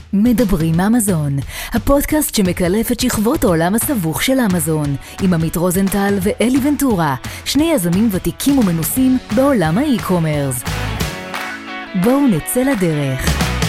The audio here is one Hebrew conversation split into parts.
מדברים אמזון, הפודקאסט שמקלף את שכבות העולם הסבוך של אמזון, עם עמית רוזנטל ואלי ונטורה, שני יזמים ותיקים ומנוסים בעולם האי-קומרס. בואו נצא לדרך.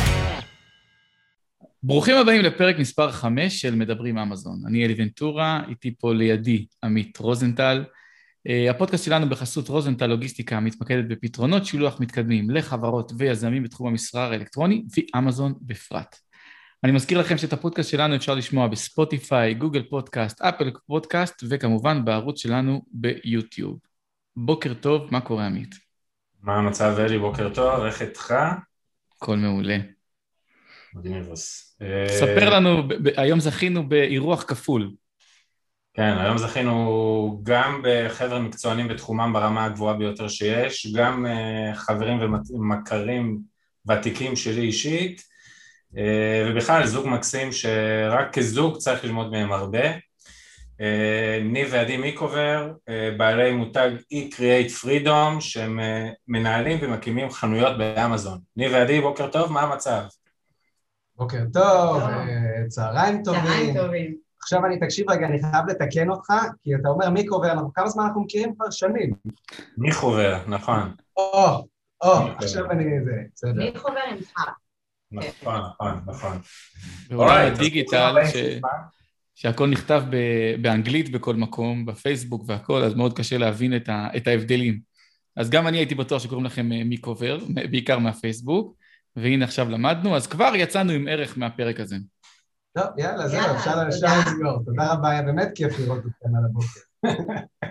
ברוכים הבאים לפרק מספר 5 של מדברים אמזון. אני אלי ונטורה, איתי פה לידי עמית רוזנטל. הפודקאסט שלנו בחסות רוזנטל לוגיסטיקה מתמקדת בפתרונות שילוח מתקדמים לחברות ויזמים בתחום המסחר האלקטרוני ואמזון בפרט. אני מזכיר לכם שאת הפודקאסט שלנו אפשר לשמוע בספוטיפיי, גוגל פודקאסט, אפל פודקאסט, וכמובן בערוץ שלנו ביוטיוב. בוקר טוב, מה קורה עמית? מה המצב אלי? בוקר טוב, איך איתך? הכל מעולה. מדהים מבוס. ספר לנו, היום זכינו באירוח כפול. כן, היום זכינו גם בחבר'ה מקצוענים בתחומם ברמה הגבוהה ביותר שיש, גם חברים ומכרים ותיקים שלי אישית, ובכלל זוג מקסים שרק כזוג צריך ללמוד מהם הרבה. ניב ועדי מיקובר, בעלי מותג E-Create Freedom, שהם מנהלים ומקימים חנויות באמזון. ניב ועדי, בוקר טוב, מה המצב? בוקר טוב, צהריים טובים. עכשיו תקשיב רגע, אני חייב לתקן אותך, כי אתה אומר מיקובר, כמה זמן אנחנו מכירים כבר? שנים. מיקובר, נכון. עכשיו בסדר. מיקובר עם חב. נכון. בעולם הדיגיטל שהכל נכתב באנגלית בכל מקום, בפייסבוק והכל, אז מאוד קשה להבין את ההבדלים. אז גם אני הייתי בטוח שקוראים לכם מיקובר, בעיקר מהפייסבוק, והנה עכשיו למדנו, אז כבר יצאנו עם ערך מהפרק הזה. טוב, יאללה, זהו, אפשר לסגור. תודה רבה, היה באמת כיף לראות אתכם על הבוקר.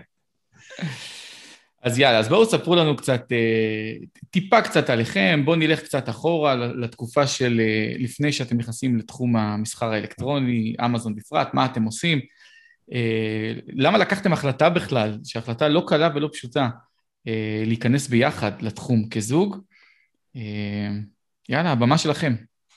אז יאללה, אז בואו ספרו לנו טיפה קצת עליכם, בואו נלך קצת אחורה לתקופה של לפני שאתם נכנסים לתחום המסחר האלקטרוני, אמזון בפרט, מה אתם עושים, למה לקחתם החלטה בכלל, שהחלטה לא קלה ולא פשוטה, להיכנס ביחד לתחום כזוג, יאללה, הבמה שלכם.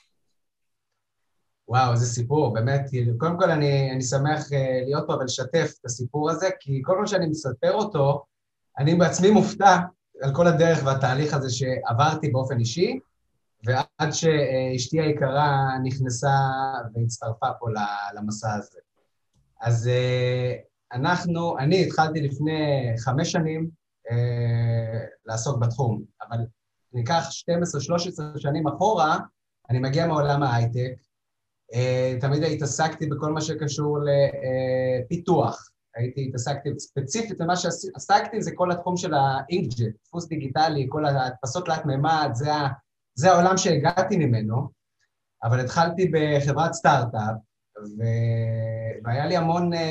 וואו, איזה סיפור, באמת, קודם כל אני שמח להיות פה ולשתף את הסיפור הזה, כי כל מה שאני מספר אותו, אני בעצמי מופתע על כל הדרך והתהליך הזה שעברתי באופן אישי, ועד שאשתי היקרה נכנסה והצטרפה פה למסע הזה. אז אני התחלתי לפני 5 שנים לעסוק בתחום, אבל ניקח 12-13 שנים אחורה, אני מגיע מעולם ההייטק, תמיד התעסקתי בכל מה שקשור לפיתוח, התעסקתי ספציפית, ומה שעסקתי זה כל התחום של האינקג'ט, דפוס דיגיטלי, כל ההדפסות תלת מימד, זה העולם שהגעתי ממנו, אבל התחלתי בחברת סטארט-אפ, והיה לי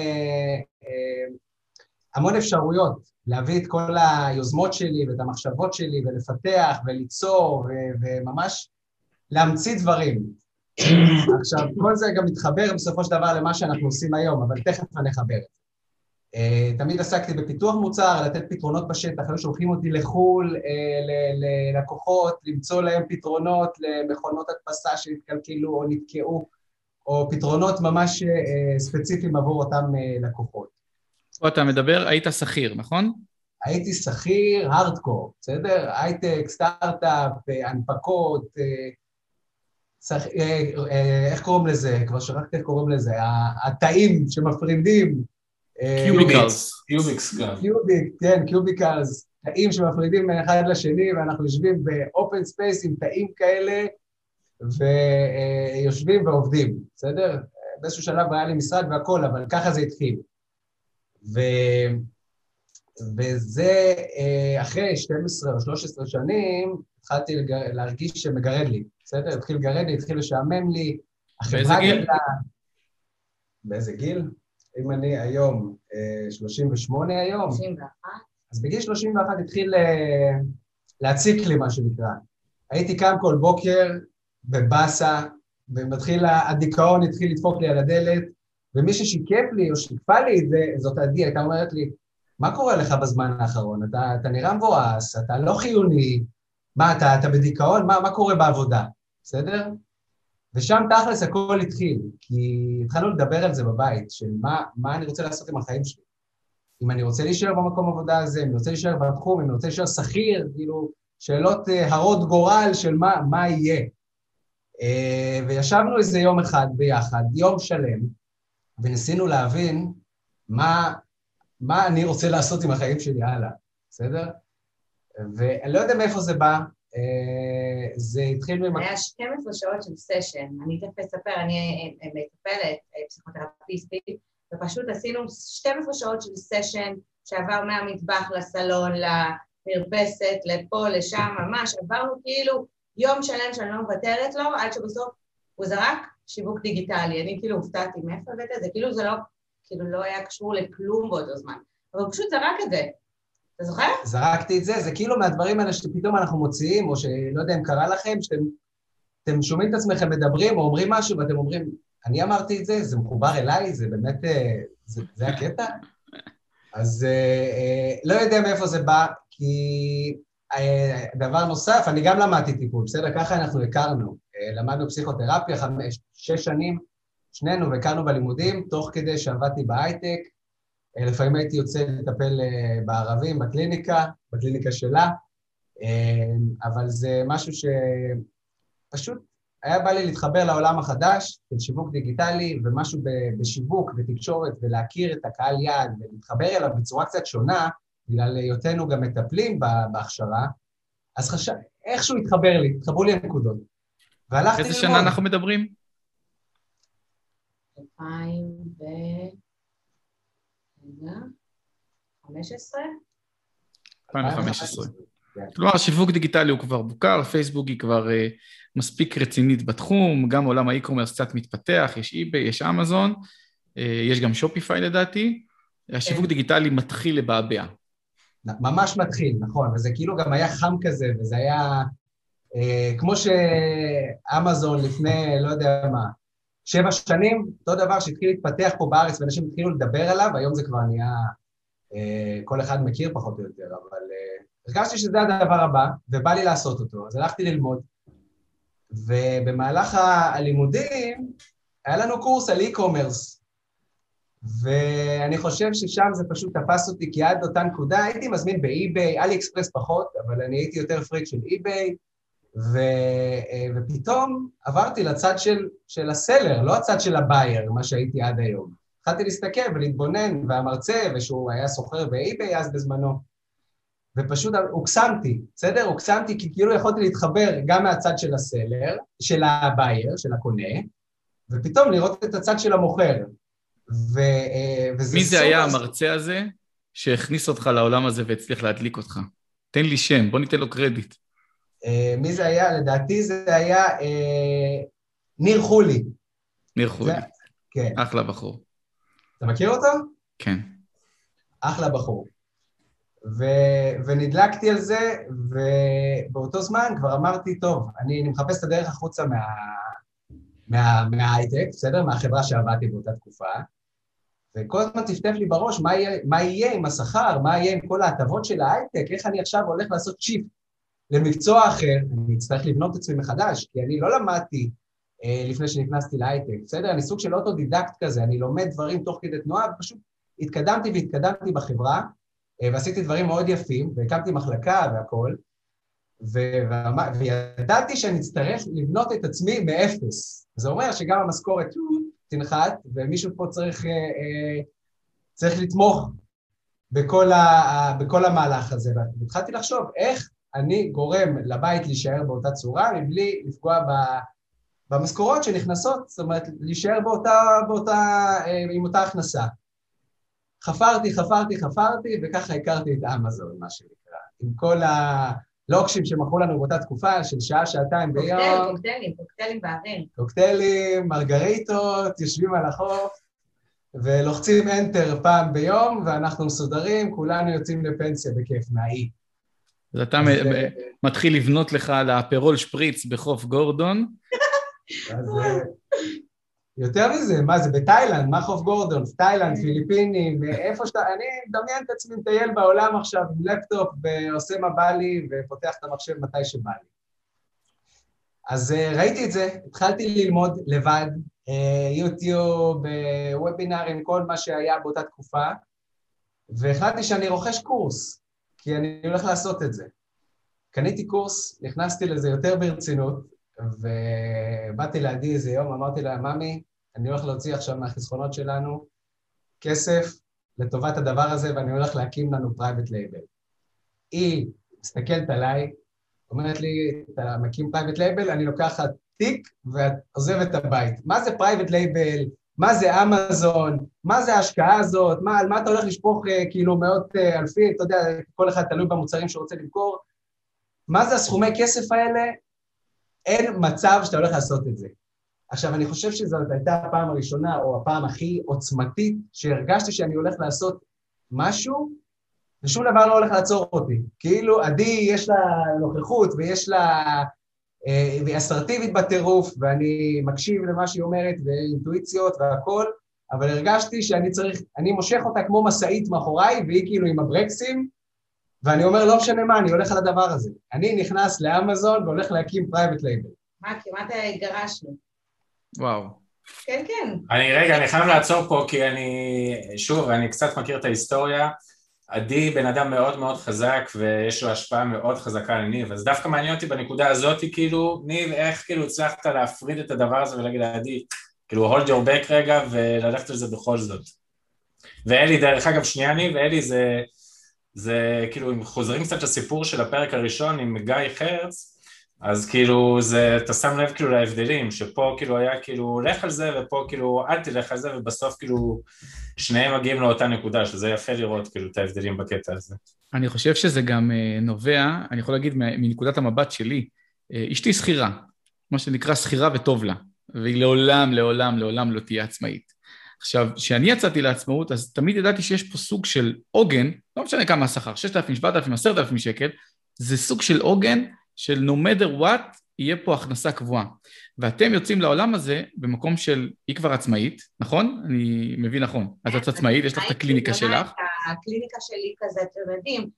המון אפשרויות להביא את כל היוזמות שלי ואת המחשבות שלי, ולפתח וליצור, וממש להמציא דברים. עכשיו, כל זה גם מתחבר בסופו של דבר למה שאנחנו עושים היום, אבל תכף אני אחבר את זה. תמיד עסקתי בפיתוח מוצר, לתת פתרונות בשטח, היו שולחים אותי לחול, ללקוחות, למצוא להם פתרונות למכונות הדפסה שהתקלקלו או נתקעו, או פתרונות ממש ספציפיים עבור אותם לקוחות. אתה מדבר, היית שכיר, נכון? הייתי שכיר, הארדקור, בסדר? הייטק, סטארט-אפ, הנפקות, איך קוראים לזה? כבר שרקתי איך קוראים לזה, התאים שמפרידים, קיוביקלס. קיוביקלס, תאים שמפרידים מאחד לשני, ואנחנו יושבים באופן ספייס עם תאים כאלה, ויושבים ועובדים, בסדר? באיזשהו שלב היה לי משרד והכל, אבל ככה זה התחיל. וזה אחרי 12 או 13 שנים, התחלתי להרגיש שמגרד לי, בסדר? התחיל לגרד לי, התחיל לשעמם לי. באיזה גיל? באיזה גיל? אם אני היום 38 היום, 31. אז בגיל 31 התחיל להציק לי מה שנקרא. הייתי קם כל בוקר בבאסה, הדיכאון התחיל לדפוק לי על הדלת, ומי ששיקף לי או שיקפה לי את זה, זאת עדי, הייתה אומרת לי, מה קורה לך בזמן האחרון? אתה נראה מבואס, אתה לא חיוני, מה, אתה בדיכאון? מה קורה בעבודה? בסדר? ושם תכלס הכל התחיל, כי התחלנו לדבר על זה בבית, של מה אני רוצה לעשות עם החיים שלי. אם אני רוצה להישאר במקום עבודה הזה, אם אני רוצה להישאר בתחום, אם אני רוצה להישאר שכיר, כאילו, שאלות הרות גורל של מה יהיה. וישבנו איזה יום אחד ביחד, יום שלם, וניסינו להבין מה אני רוצה לעשות עם החיים שלי הלאה, בסדר? ואני לא יודע מאיפה זה בא, זה התחיל היה 12 שעות של סשן, אני תכף אספר, אני מטפלת פסיכותרפיסטית, ופשוט עשינו 12 שעות של סשן, שעבר מהמטבח לסלון, למרפסת, לפה, לשם, ממש, עברנו כאילו יום שלם שאני לא מוותרת לו, עד שבסוף הוא זרק שיווק דיגיטלי, אני כאילו הופתעתי מאיפה הבאת את זה, כאילו זה לא היה קשור לכלום באותו זמן, אבל הוא פשוט זרק את זה. אתה זוכר? זרקתי את זה, זה כאילו מהדברים האלה שפתאום אנחנו מוציאים, או שלא יודע אם קרה לכם, שאתם שומעים את עצמכם מדברים או אומרים משהו, ואתם אומרים, אני אמרתי את זה, זה מחובר אליי, זה באמת, זה הקטע? אז לא יודע מאיפה זה בא, כי דבר נוסף, אני גם למדתי טיפול, בסדר? ככה אנחנו הכרנו, למדנו פסיכותרפיה 6 שנים, שנינו והכרנו בלימודים, תוך כדי שעבדתי בהייטק, לפעמים הייתי יוצא לטפל בערבים, בקליניקה שלה, אבל זה משהו שפשוט היה בא לי להתחבר לעולם החדש, של שיווק דיגיטלי, ומשהו בשיווק, בתקשורת, ולהכיר את הקהל יעד, ולהתחבר אליו בצורה קצת שונה, בגלל היותנו גם מטפלים בהכשרה, אז איכשהו התחברו לי הנקודות. והלכתי ללמוד. איזה שנה אנחנו מדברים? 2015? 2015. כלומר, שיווק דיגיטלי הוא כבר בוקר, פייסבוק היא כבר מספיק רצינית בתחום, גם עולם האי-קומרס קצת מתפתח, יש eBay, יש אמזון, יש גם שופיפיי לדעתי, השיווק דיגיטלי מתחיל לבעבע. ממש מתחיל, נכון, וזה כאילו גם היה חם כזה, וזה היה כמו שאמזון לפני, לא יודע מה, 7 שנים, אותו דבר שהתחיל להתפתח פה בארץ, ואנשים התחילו לדבר עליו, היום זה כבר נהיה, כל אחד מכיר פחות או יותר, אבל הרגשתי שזה הדבר הבא, ובא לי לעשות אותו, אז הלכתי ללמוד, ובמהלך הלימודים, היה לנו קורס על אי-קומרס, ואני חושב ששם זה פשוט תפס אותי, כי עד אותה נקודה הייתי מזמין באי-ביי, אלי אקספרס פחות, אבל אני הייתי יותר פריק של אי-ביי, ופתאום עברתי לצד של הסלר, לא הצד של הבייר, מה שהייתי עד היום. התחלתי להסתכל ולהתבונן, והמרצה, ושהוא היה סוחר באי-ביי אז בזמנו, ופשוט הוקסמתי, בסדר? הוקסמתי כי כאילו יכולתי להתחבר גם מהצד של הסלר, של הבייר, של הקונה, ופתאום לראות את הצד של המוכר. מי זה היה המרצה הזה שהכניס אותך לעולם הזה והצליח להדליק אותך? תן לי שם, בוא ניתן לו קרדיט. מי זה היה? לדעתי זה היה ניר חולי. ניר חולי. כן. אחלה בחור. אתה מכיר אותו? כן. אחלה בחור. ונדלקתי על זה, ובאותו זמן כבר אמרתי, טוב, אני מחפש את הדרך החוצה מההייטק, בסדר? מהחברה שעבדתי באותה תקופה, וכל הזמן תפתח לי בראש, מה יהיה עם השכר, מה יהיה עם כל ההטבות של ההייטק, איך אני עכשיו הולך לעשות שיפט למקצוע אחר, אני אצטרך לבנות את עצמי מחדש, כי אני לא למדתי לפני שנכנסתי להייטק, בסדר? אני סוג של אוטודידקט כזה, אני לומד דברים תוך כדי תנועה, ופשוט התקדמתי בחברה, ועשיתי דברים מאוד יפים, והקמתי מחלקה והכל, וידעתי שאני אצטרך לבנות את עצמי מאפס. זה אומר שגם המשכורת תנחת, ומישהו פה צריך לתמוך בכל המהלך הזה. והתחלתי לחשוב איך אני גורם לבית להישאר באותה צורה, מבלי לפגוע במשכורות שנכנסות, זאת אומרת, להישאר עם אותה הכנסה. חפרתי, וככה הכרתי את אמזון, מה שנקרא. עם כל הלוקשים שמכרו לנו באותה תקופה, של שעה, שעתיים ביום. קוקטיילים בערים. קוקטיילים, מרגריטות, יושבים על החוף, ולוחצים אנטר פעם ביום, ואנחנו מסודרים, כולנו יוצאים לפנסיה בכיף מהאי. אז אתה מתחיל לבנות לך לאפרול שפריץ בחוף גורדון. אז יותר מזה, מה זה בתאילנד, מה חוף גורדון, תאילנד, פיליפינים, איפה שאתה, אני מדמיין את עצמי מטייל בעולם עכשיו עם לפטופ ועושה מה בא לי ופותח את המחשב מתי שבא לי. אז ראיתי את זה, התחלתי ללמוד לבד, יוטיוב, וובינרים, כל מה שהיה באותה תקופה, והחלטתי שאני רוכש קורס, כי אני הולך לעשות את זה. קניתי קורס, נכנסתי לזה יותר ברצינות, ובאתי לעדי איזה יום, אמרתי לה, ממי, אני הולך להוציא עכשיו מהחסכונות שלנו כסף לטובת הדבר הזה, ואני הולך להקים לנו פרייבט לייבל. היא מסתכלת עליי, אומרת לי, אתה מקים פרייבט לייבל, אני לוקח לך תיק ועוזב את הבית. מה זה פרייבט לייבל? מה זה אמזון? מה זה ההשקעה הזאת? על מה אתה הולך לשפוך כאילו מאות אלפי, אתה יודע, כל אחד תלוי במוצרים שרוצה למכור? מה זה הסכומי כסף האלה? אין מצב שאתה הולך לעשות את זה. עכשיו, אני חושב שזאת הייתה הפעם הראשונה, או הפעם הכי עוצמתית, שהרגשתי שאני הולך לעשות משהו, ושום דבר לא הולך לעצור אותי. כאילו, עדי יש לה נוכחות, ויש לה... והיא אסרטיבית בטירוף, ואני מקשיב למה שהיא אומרת, ואינטואיציות והכל, אבל הרגשתי שאני צריך, אני מושך אותה כמו מסעית מאחוריי, והיא כאילו עם הברקסים, ואני אומר, לא משנה מה, אני הולך על הדבר הזה. אני נכנס לאמזון והולך להקים פרייבט לייבל. מה, כמעט גרשנו. וואו. כן, כן. אני חייב לעצור פה, כי אני קצת מכיר את ההיסטוריה, עדי בן אדם מאוד מאוד חזק, ויש לו השפעה מאוד חזקה על ניב, אז דווקא מעניין אותי בנקודה הזאת, כאילו, ניב, איך כאילו הצלחת להפריד את הדבר הזה ולהגיד לעדי, כאילו, hold your back רגע, וללכת על זה בכל זאת. ואלי, דרך אגב, שנייה ניב, ואלי זה כאילו, אם חוזרים קצת לסיפור של הפרק הראשון עם גיא חרץ, אז כאילו, אתה שם לב כאילו להבדלים, שפה כאילו היה כאילו, לך על זה, ופה כאילו, אל תלך על זה, ובסוף כאילו, שניהם מגיעים לאותה נקודה, שזה יפה לראות כאילו את ההבדלים בקטע הזה. אני חושב שזה גם נובע, אני יכול להגיד מנקודת המבט שלי, אשתי שכירה, מה שנקרא שכירה וטוב לה, והיא לעולם, לעולם, לעולם לא תהיה עצמאית. עכשיו, כשאני יצאתי לעצמאות, אז תמיד ידעתי שיש פה סוג של עוגן, לא משנה כמה השכר, 6,000, 7,000, 10,000 שקל, זה סוג של עוגן, של no matter what, יהיה פה הכנסה קבועה. ואתם יוצאים לעולם הזה במקום של, היא כבר עצמאית, נכון? אני מבין נכון. אז את עצמאית, יש לך את הקליניקה שלך. הקליניקה שלי כזה, אתם יודעים,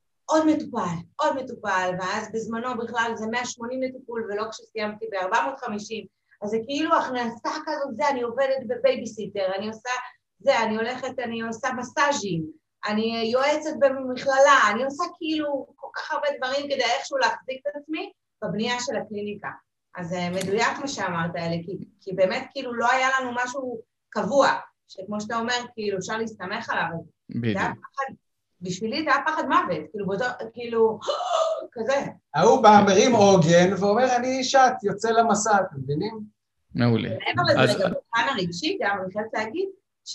עוד מטופל, ואז בזמנו בכלל זה 180 לטיפול, ולא כשסיימתי ב-450, אז זה כאילו הכנסה כזאת, זה, אני עובדת בבייביסיטר, אני עושה זה, אני עושה מסאז'ים, אני יועצת במכללה, אני עושה כאילו כל כך הרבה דברים כדי איכשהו להחזיק את עצמי בבנייה של הקליניקה. אז מדויק מה שאמרת, אלי, כי באמת כאילו לא היה לנו משהו קבוע, שכמו שאתה אומר, כאילו אפשר להסתמך עליו. בדיוק. בשבילי זה היה פחד מוות, כאילו, כזה. ההוא בא, מרים עוגן, ואומר, אני שט, יוצא למסע, אתם מבינים? מעולה. מעבר לזה, גם בפן הרגשי, גם אני חייבת להגיד,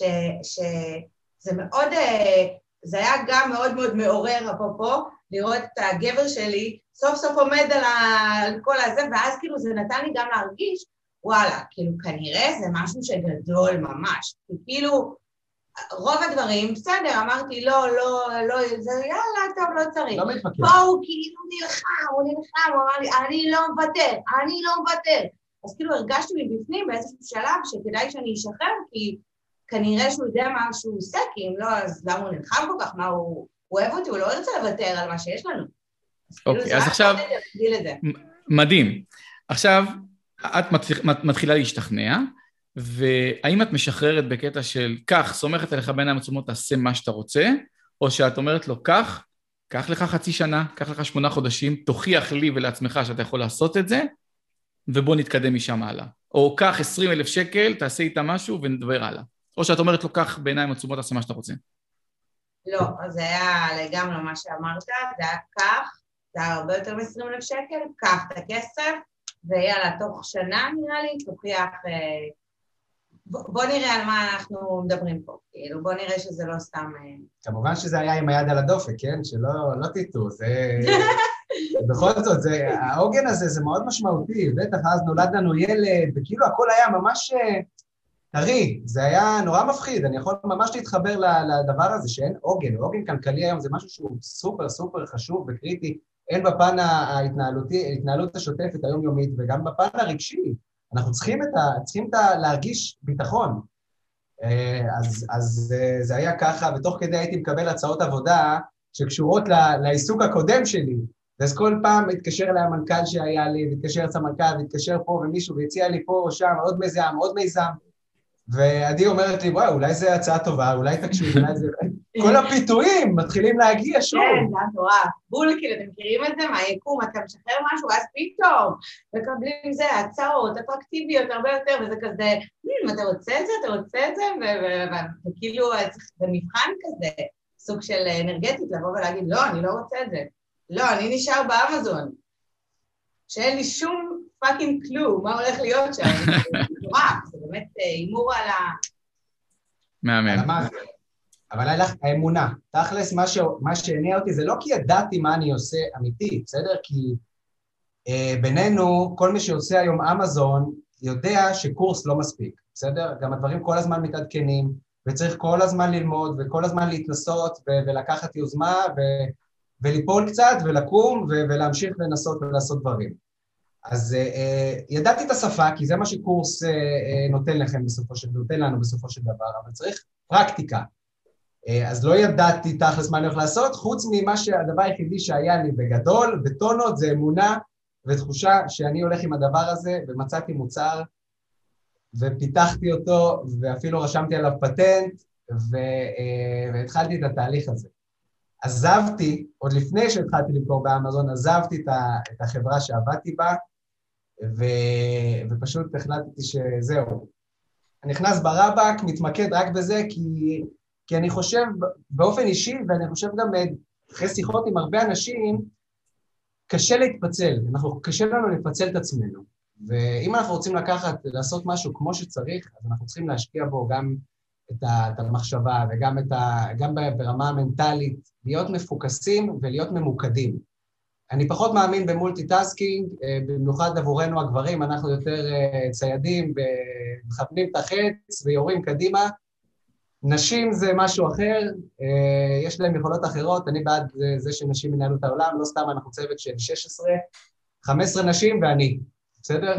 שזה מאוד, זה היה גם מאוד מאוד מעורר, אפרופו, לראות את הגבר שלי, סוף סוף עומד על כל הזה, ואז כאילו זה נתן לי גם להרגיש, וואלה, כאילו כנראה זה משהו שגדול ממש, כאילו רוב הדברים, בסדר, אמרתי לא, זה יאללה, טוב, לא צריך. לא מתפקד. פה הוא כאילו הוא נלחם, הוא אמר לי, אני לא מוותר. אז כאילו הרגשתי מבפנים באיזשהו שלב שכדאי שאני אשחרר, כי כנראה שהוא יודע מה שהוא עושה, כי אם לא, אז למה הוא נלחם כל כך, מה הוא אוהב אותי, הוא לא ירצה לוותר על מה שיש לנו. אוקיי, אז עכשיו, מדהים. עכשיו, את מתחילה להשתכנע, והאם את משחררת בקטע של כך, סומכת עליך בעיניים עצומות, תעשה מה שאתה רוצה, או שאת אומרת לו כך, קח לך חצי שנה, קח לך 8 חודשים, תוכיח לי ולעצמך שאתה יכול לעשות את זה, ובוא נתקדם משם הלאה. או קח 20,000 שקל, תעשה איתה משהו ונדבר הלאה. או שאת אומרת לו כך, בעיניים עצומות, תעשה מה שאתה רוצה. לא, אז זה היה לגמרי מה שאמרת, זה היה כך, זה היה הרבה יותר מ-20,000 שקל, קח את הכסף, ויאללה, תוך שנה נראה לי, תוכיח, בוא נראה על מה אנחנו מדברים פה, כאילו, בוא נראה שזה לא סתם... כמובן שזה היה עם היד על הדופק, כן? שלא תיתו, זה... בכל זאת, העוגן הזה זה מאוד משמעותי, בטח אז נולד לנו ילד, וכאילו הכל היה ממש טרי, זה היה נורא מפחיד, אני יכול ממש להתחבר לדבר הזה שאין עוגן, עוגן כלכלי היום זה משהו שהוא סופר סופר חשוב וקריטי, אין בפן ההתנהלות השוטפת היומיומית וגם בפן הרגשי, אנחנו צריכים להרגיש ביטחון, אז זה היה ככה, ותוך כדי הייתי מקבל הצעות עבודה שקשורות לעיסוק הקודם שלי, אז כל פעם התקשר אליי המנכ"ל שהיה לי, והתקשר את המנכ"ל, והתקשר פה ומישהו, והציע לי פה או שם, עוד מיזם, ועדי אומרת לי, וואי, אולי זו הצעה טובה, אולי תקשיב, אולי זה... כל הפיתויים מתחילים להגיע שוב. כן, זה מטורף. בול, כאילו, אתם מכירים את זה מהיקום, אתה משחרר משהו, ואז פתאום מקבלים זה, הצעות, אטרקטיביות הרבה יותר, וזה כזה, אתה רוצה את זה, אתה רוצה את זה, וכאילו, זה מבחן כזה, סוג של אנרגטית, לבוא ולהגיד, לא, אני לא רוצה את זה. לא, אני נשאר באמזון, שאין לי שום פאקינג כלום, מה הולך להיות שם? זה באמת אימור על ה... מהמם. אבל האמונה, תכלס מה שהניע אותי זה לא כי ידעתי מה אני עושה אמיתי, בסדר? כי בינינו, כל מי שעושה היום אמזון יודע שקורס לא מספיק, בסדר? גם הדברים כל הזמן מתעדכנים, וצריך כל הזמן ללמוד, וכל הזמן להתנסות, ולקחת יוזמה, וליפול קצת, ולקום, ולהמשיך לנסות ולעשות דברים. אז ידעתי את השפה, כי זה מה שקורס נותן לנו בסופו של דבר, אבל צריך פרקטיקה. אז לא ידעתי תכלס מה אני הולך לעשות, חוץ ממה שהדבר היחידי שהיה לי בגדול, בטונות, זה אמונה ותחושה שאני הולך עם הדבר הזה, ומצאתי מוצר, ופיתחתי אותו, ואפילו רשמתי עליו פטנט, והתחלתי את התהליך הזה. עזבתי, עוד לפני שהתחלתי למכור באמזון, עזבתי את החברה שעבדתי בה, ופשוט החלטתי שזהו. אני נכנס ברבק, מתמקד רק בזה, כי אני חושב באופן אישי, ואני חושב גם אחרי שיחות עם הרבה אנשים, קשה להתפצל, קשה לנו לפצל את עצמנו. ואם אנחנו רוצים לעשות משהו כמו שצריך, אז אנחנו צריכים להשקיע בו גם את המחשבה, וגם ברמה המנטלית, להיות מפוקסים ולהיות ממוקדים. אני פחות מאמין במולטיטאסקינג, במיוחד עבורנו הגברים, אנחנו יותר ציידים, מכוונים את החץ ויורים קדימה. נשים זה משהו אחר, יש להם יכולות אחרות, אני בעד זה שנשים ינהלו את העולם, לא סתם אנחנו צוות של 16, 15 נשים ואני, בסדר?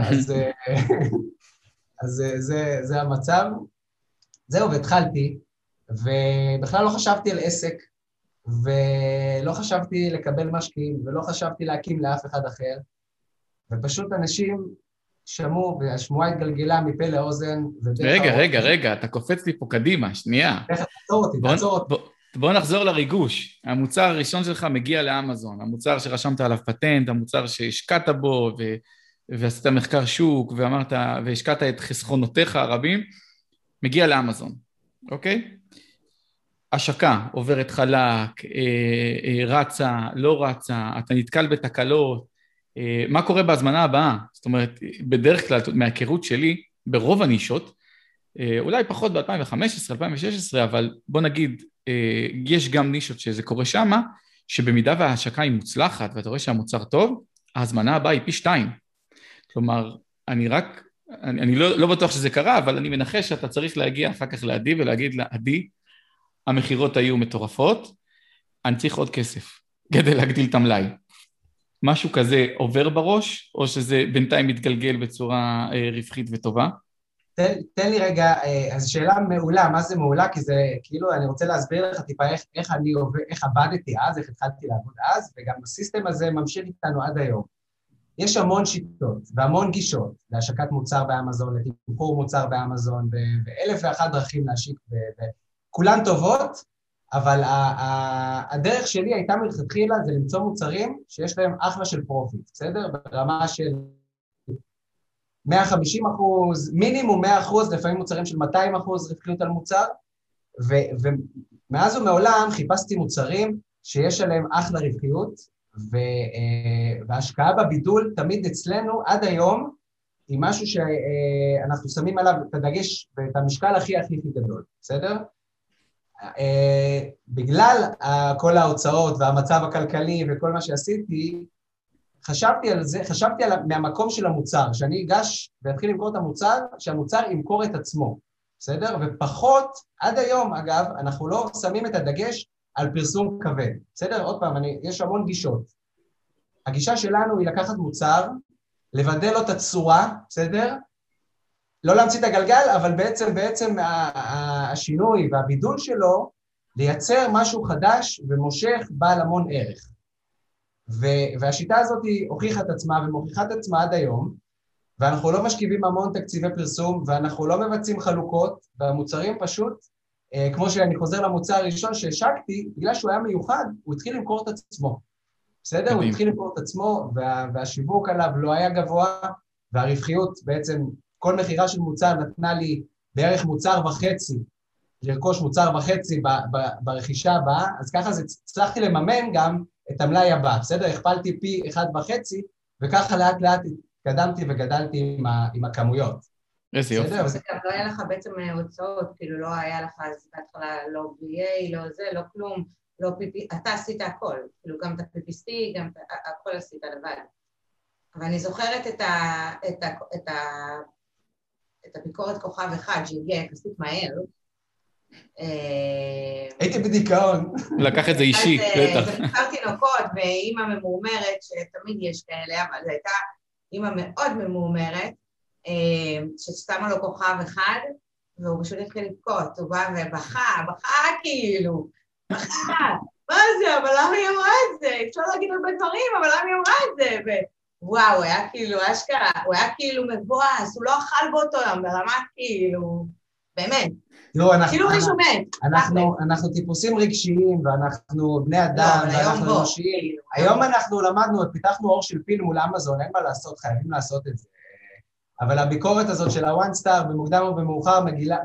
אז זה המצב. זהו, והתחלתי, ובכלל לא חשבתי על עסק, ולא חשבתי לקבל משקיעים, ולא חשבתי להקים לאף אחד אחר, ופשוט אנשים שמעו, והשמועה התגלגלה מפה לאוזן, רגע, אתה קופץ לי פה קדימה, שנייה. תעצור אותי. בוא נחזור לריגוש. המוצר הראשון שלך מגיע לאמזון, המוצר שרשמת עליו פטנט, המוצר שהשקעת בו, ועשית מחקר שוק, ואמרת, והשקעת את חסכונותיך הרבים, מגיע לאמזון, אוקיי? השקה עוברת חלק, רצה, לא רצה, אתה נתקל בתקלות, מה קורה בהזמנה הבאה? זאת אומרת, בדרך כלל, מההיכרות שלי, ברוב הנישות, אולי פחות ב-2015, 2016, אבל בוא נגיד, יש גם נישות שזה קורה שמה, שבמידה וההשקה היא מוצלחת, ואתה רואה שהמוצר טוב, ההזמנה הבאה היא פי 2. כלומר, אני לא בטוח שזה קרה, אבל אני מנחש שאתה צריך להגיע אחר כך לעדי ולהגיד לה, עדי, המחירות היו מטורפות, אני צריך עוד כסף כדי להגדיל את המלאי. משהו כזה עובר בראש, או שזה בינתיים מתגלגל בצורה רווחית וטובה? תן לי רגע, אז שאלה מעולה, מה זה מעולה? כי זה כאילו, אני רוצה להסביר לך טיפה איך עבדתי אז, איך התחלתי לעבוד אז, וגם הסיסטם הזה ממשיך איתנו עד היום. יש המון שיטות והמון גישות להשקת מוצר באמזון, לתמחור מוצר באמזון, ואלף ואחת דרכים להשיק, וכולן טובות, אבל הדרך שלי הייתה מלכתחילה זה למצוא מוצרים שיש להם אחלה של פרופיט, בסדר? ברמה של 150%, מינימום 100%, לפעמים מוצרים של 200% רווחיות על מוצר, ומאז ומעולם חיפשתי מוצרים שיש עליהם אחלה רווחיות, וההשקעה בבידול תמיד אצלנו עד היום היא משהו שאנחנו שמים עליו את הדגש ואת המשקל הכי גדול, בסדר? בגלל כל ההוצאות והמצב הכלכלי וכל מה שעשיתי, חשבתי מהמקום של המוצר, שאני אגש ואתחיל למכור את המוצר, שהמוצר ימכור את עצמו, בסדר? ופחות, עד היום אגב, אנחנו לא שמים את הדגש על פרסום כבד, בסדר? עוד פעם, יש המון גישות. הגישה שלנו היא לקחת מוצר, לבדל לו את הצורה, בסדר? לא להמציא את הגלגל, אבל בעצם השינוי והבידול שלו, לייצר משהו חדש ומושך בעל המון ערך. והשיטה הזאת היא הוכיחה את עצמה ומוכיחה את עצמה עד היום, ואנחנו לא משקיעים המון תקציבי פרסום, ואנחנו לא מבצעים חלוקות, והמוצרים פשוט כמו שאני חוזר למוצר הראשון שהשקתי, בגלל שהוא היה מיוחד, הוא התחיל למכור את עצמו. בסדר? הוא התחיל למכור את עצמו, והשיווק עליו לא היה גבוה, והרווחיות בעצם, כל מחירה של מוצר נתנה לי בערך מוצר וחצי, לרכוש מוצר וחצי ברכישה הבאה, אז ככה הצלחתי לממן גם את המלאי הבא, בסדר? הכפלתי פי 1.5, וככה לאט לאט התקדמתי וגדלתי עם הכמויות. איזה יופי. גם לא היה לך בעצם הוצאות, כאילו לא היה לך אז בהתחלה לא BA, לא זה, לא כלום, לא PPC, אתה עשית הכל, כאילו גם את ה-PPC, גם הכל עשית לבד. אבל אני זוכרת את הביקורת כוכב אחד שהגיע יחסית מהר. הייתי בדיכאון. לקח את זה אישי, בטח. זה ביקר תינוקות, ואימא ממורמרת, שתמיד יש כאלה, אבל זו הייתה אימא מאוד ממורמרת, ששמה לו כוכב אחד, והוא פשוט התחיל לבכות, הוא בא ובכה כאילו, בכה, מה זה, אבל למה היא אמרה את זה? אפשר להגיד הרבה דברים, אבל למה היא אמרה את זה? וואו, הוא היה כאילו, אשכרה, הוא היה כאילו מבואס, הוא לא אכל באותו יום, ברמת כאילו, באמת. כאילו רשומת. אנחנו טיפוסים רגשיים, ואנחנו בני אדם, ואנחנו אנושיים. היום אנחנו למדנו, פיתחנו אור של פיל מול אמזון, אין מה לעשות, חייבים לעשות את זה. אבל הביקורת הזאת של ה-one star במוקדם או במאוחר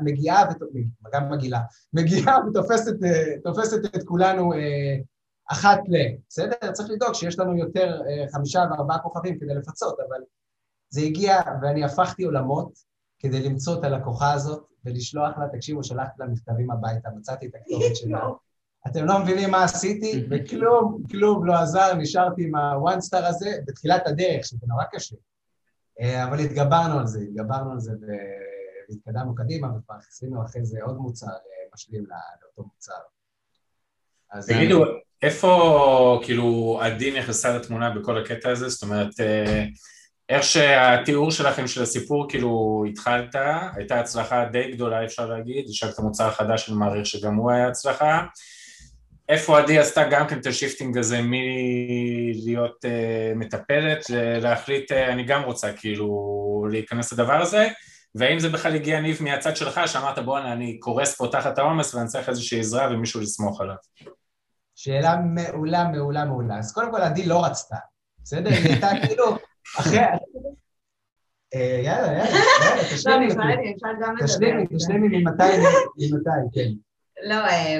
מגיעה ותופסת את כולנו אחת בסדר? צריך לדאוג שיש לנו יותר 5 ו4 כוכבים כדי לפצות, אבל זה הגיע ואני הפכתי עולמות כדי למצוא את הלקוחה הזאת ולשלוח לה, תקשיבו, שלחתי לה מכתבים הביתה, מצאתי את הכתובת שלה. אתם לא מבינים מה עשיתי, וכלום לא עזר, נשארתי עם ה-one star הזה בתחילת הדרך, שזה נורא קשה. אבל התגברנו על זה והתקדמנו קדימה, וכבר עשינו אחרי זה עוד מוצר משלים לאותו מוצר. תגידו, איפה כאילו עדי נכנסה לתמונה בכל הקטע הזה? זאת אומרת, איך שהתיאור שלכם של הסיפור, כאילו התחלת, הייתה הצלחה די גדולה, אפשר להגיד, השקת מוצר חדש של מעריך שגם הוא היה הצלחה, איפה עדי עשתה גם כן את השיפטינג הזה מלהיות מטפלת, להחליט אני גם רוצה כאילו להיכנס לדבר הזה, והאם זה בכלל הגיע ניב מהצד שלך, שאמרת בוא'נה אני קורס פה תחת העומס ואני צריך איזושהי עזרה ומישהו לסמוך עליו. שאלה מעולה. אז קודם כל עדי לא רצתה, בסדר? היא הייתה כאילו אחרי... יאללה, תשלימי ממתי, כן. לא,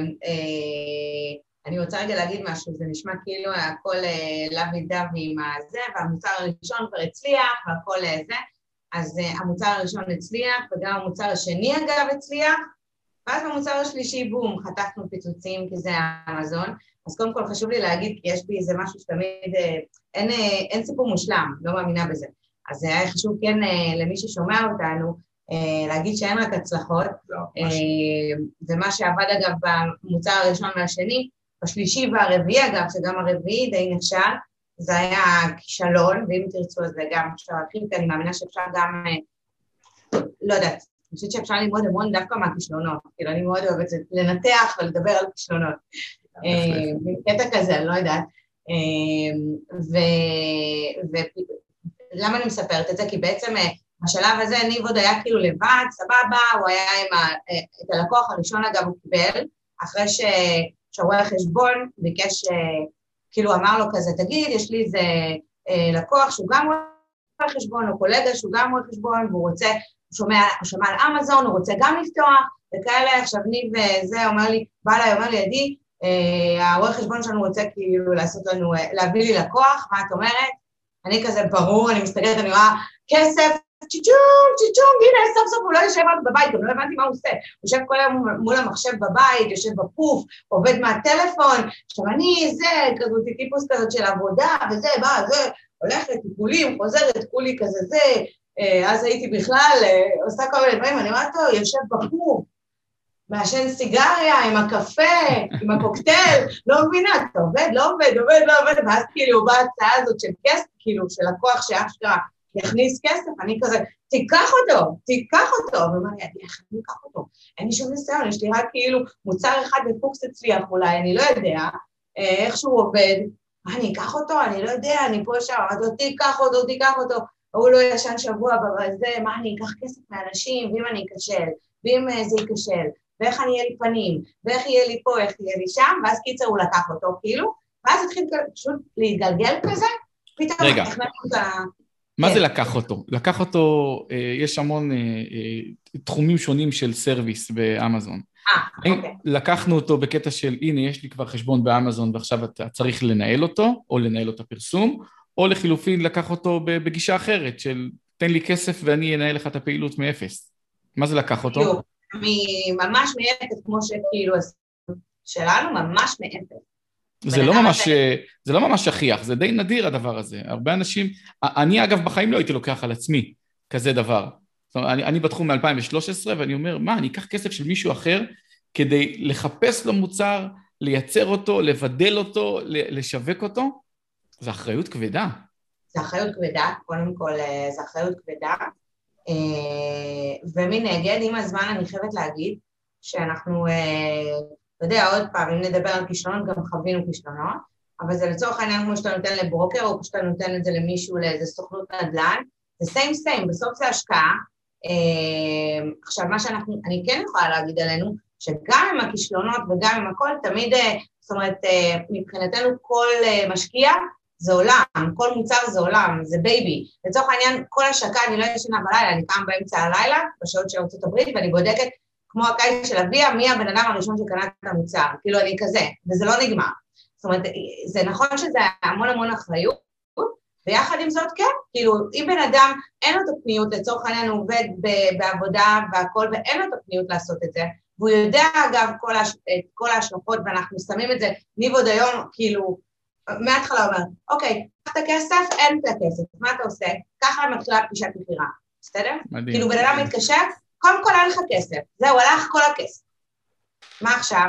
אני רוצה רגע להגיד משהו, זה נשמע כאילו הכל לוי דווי עם הזה, והמוצר הראשון כבר הצליח, והכל זה, אז המוצר הראשון הצליח, וגם המוצר השני אגב הצליח, ואז במוצר השלישי בום, חתכנו פיצוצים כי זה אמזון, אז קודם כל חשוב לי להגיד, כי יש בי איזה משהו שתמיד, אין סיפור מושלם, לא מאמינה בזה, אז היה חשוב כן למי ששומע אותנו, להגיד שאין רק הצלחות, ומה שעבד אגב במוצר הראשון והשני, בשלישי והרביעי אגב, שגם הרביעי די נכשל, זה היה כישלון, ואם תרצו אז זה גם אפשר להרחיב, כי אני מאמינה שאפשר גם, לא יודעת, אני חושבת שאפשר ללמוד המון דווקא מהכישלונות, כאילו אני מאוד אוהבת לנתח ולדבר על כישלונות, קטע כזה, אני לא יודעת, ולמה אני מספרת את זה? כי בעצם בשלב הזה ניב עוד היה כאילו לבד, סבבה, הוא היה את הלקוח הראשון אגב הוא קיבל, אחרי שרואה חשבון, ביקש, כאילו אמר לו כזה, תגיד, יש לי איזה לקוח שהוא גם רואה חשבון, או קולגה שהוא גם רואה חשבון, והוא רוצה, הוא שומע על אמזון, הוא רוצה גם לפתוח, וכאלה, עכשיו ניב זה אומר לי, בא אליי, אומר לי, עדי, הרואה חשבון שלנו רוצה כאילו לעשות לנו, להביא לי לקוח, מה את אומרת? אני כזה ברור, אני מסתכלת, אני רואה כסף, צ'יצ'ום, הנה, סוף סוף הוא לא יושב רק בבית, גם לא הבנתי מה הוא עושה, הוא יושב כל היום מול המחשב בבית, יושב בפוף, עובד מהטלפון, עכשיו אני זה, כזאת טיפוס כזאת של עבודה, וזה, בא, זה, הולך לטיפולים, חוזרת, כולי כזה זה, אז הייתי בכלל, עושה כל מיני דברים, אני רואה אותו, יושב בפוף, מעשן סיגריה עם הקפה, עם הקוקטייל, לא מבינה, אתה עובד, לא עובד, ואז כאילו באה הצעה הזאת של כסף, כאילו של לקוח שאשכרה יכניס כסף, אני כזה, תיקח אותו, ואומר לי, איך אני אקח אותו? אין לי שום ניסיון, יש לי רק כאילו מוצר אחד בפוקס הצליח אולי, אני לא יודע איך שהוא עובד, מה אני אקח אותו? אני לא יודע, אני פה שם, אמרתי, תיקח אותו, הוא לא ישן שבוע בזה, מה אני אקח כסף מאנשים, ואם אני אכשל, ואם זה ייכשל, ואיך אני אהיה לי פנים, ואיך יהיה לי פה, איך יהיה לי שם, ואז קיצר הוא לקח אותו כאילו, ואז התחיל פשוט להתגלגל כזה, פתאום הכנסנו את ה... מה זה לקח אותו? לקח אותו, יש המון תחומים שונים של סרוויס באמזון. אוקיי. לקחנו אותו בקטע של, הנה, יש לי כבר חשבון באמזון, ועכשיו אתה צריך לנהל אותו, או לנהל אותו פרסום, או לחילופין לקח אותו בגישה אחרת, של תן לי כסף ואני אנהל לך את הפעילות מאפס. מה זה לקח אותו? ממש מאפס, כמו שכאילו שלנו, ממש מאפס. זה לא ממש שכיח, זה די נדיר הדבר הזה. הרבה אנשים, אני אגב בחיים לא הייתי לוקח על עצמי כזה דבר. זאת אומרת, אני בתחום מ-2013 ואני אומר, מה, אני אקח כסף של מישהו אחר כדי לחפש לו מוצר, לייצר אותו, לבדל אותו, לשווק אותו? זה אחריות כבדה. זה אחריות כבדה, קודם כל זה אחריות כבדה. ומנגד, עם הזמן אני חייבת להגיד שאנחנו... אתה יודע, עוד פעם, אם נדבר על כישלונות, גם חווינו כישלונות, אבל זה לצורך העניין כמו שאתה נותן לברוקר, או שאתה נותן את זה למישהו, לאיזה סוכנות נדל"ן, זה same, בסוף זה השקעה. עכשיו, מה אני כן יכולה להגיד עלינו, שגם עם הכישלונות וגם עם הכל, תמיד, זאת אומרת, מבחינתנו כל משקיע זה עולם, כל מוצר זה עולם, זה בייבי. לצורך העניין, כל השקעה, אני לא ישנה בלילה, אני קם באמצע הלילה, בשעות של ארצות הברית, ואני בודקת, כמו הקיץ של אביה, מי הבן אדם הראשון שקנה את המוצר, כאילו אני כזה, וזה לא נגמר. זאת אומרת, זה נכון שזה המון אחריות, ויחד עם זאת, כן, כאילו, אם בן אדם אין לו את הפניות, לצורך העניין הוא עובד בעבודה והכל, ואין לו את הפניות לעשות את זה, והוא יודע אגב כל ההשלכות, ואנחנו שמים את זה, ניב עוד היום, כאילו, מההתחלה אומר, אוקיי, קח את הכסף, אין את הכסף, מה אתה עושה? ככה מתחילה פגישת מחירה, בסדר? מדהים. כאילו בן אדם מתקשר, קודם כל אין לך כסף, זהו, הלך כל הכסף. מה עכשיו?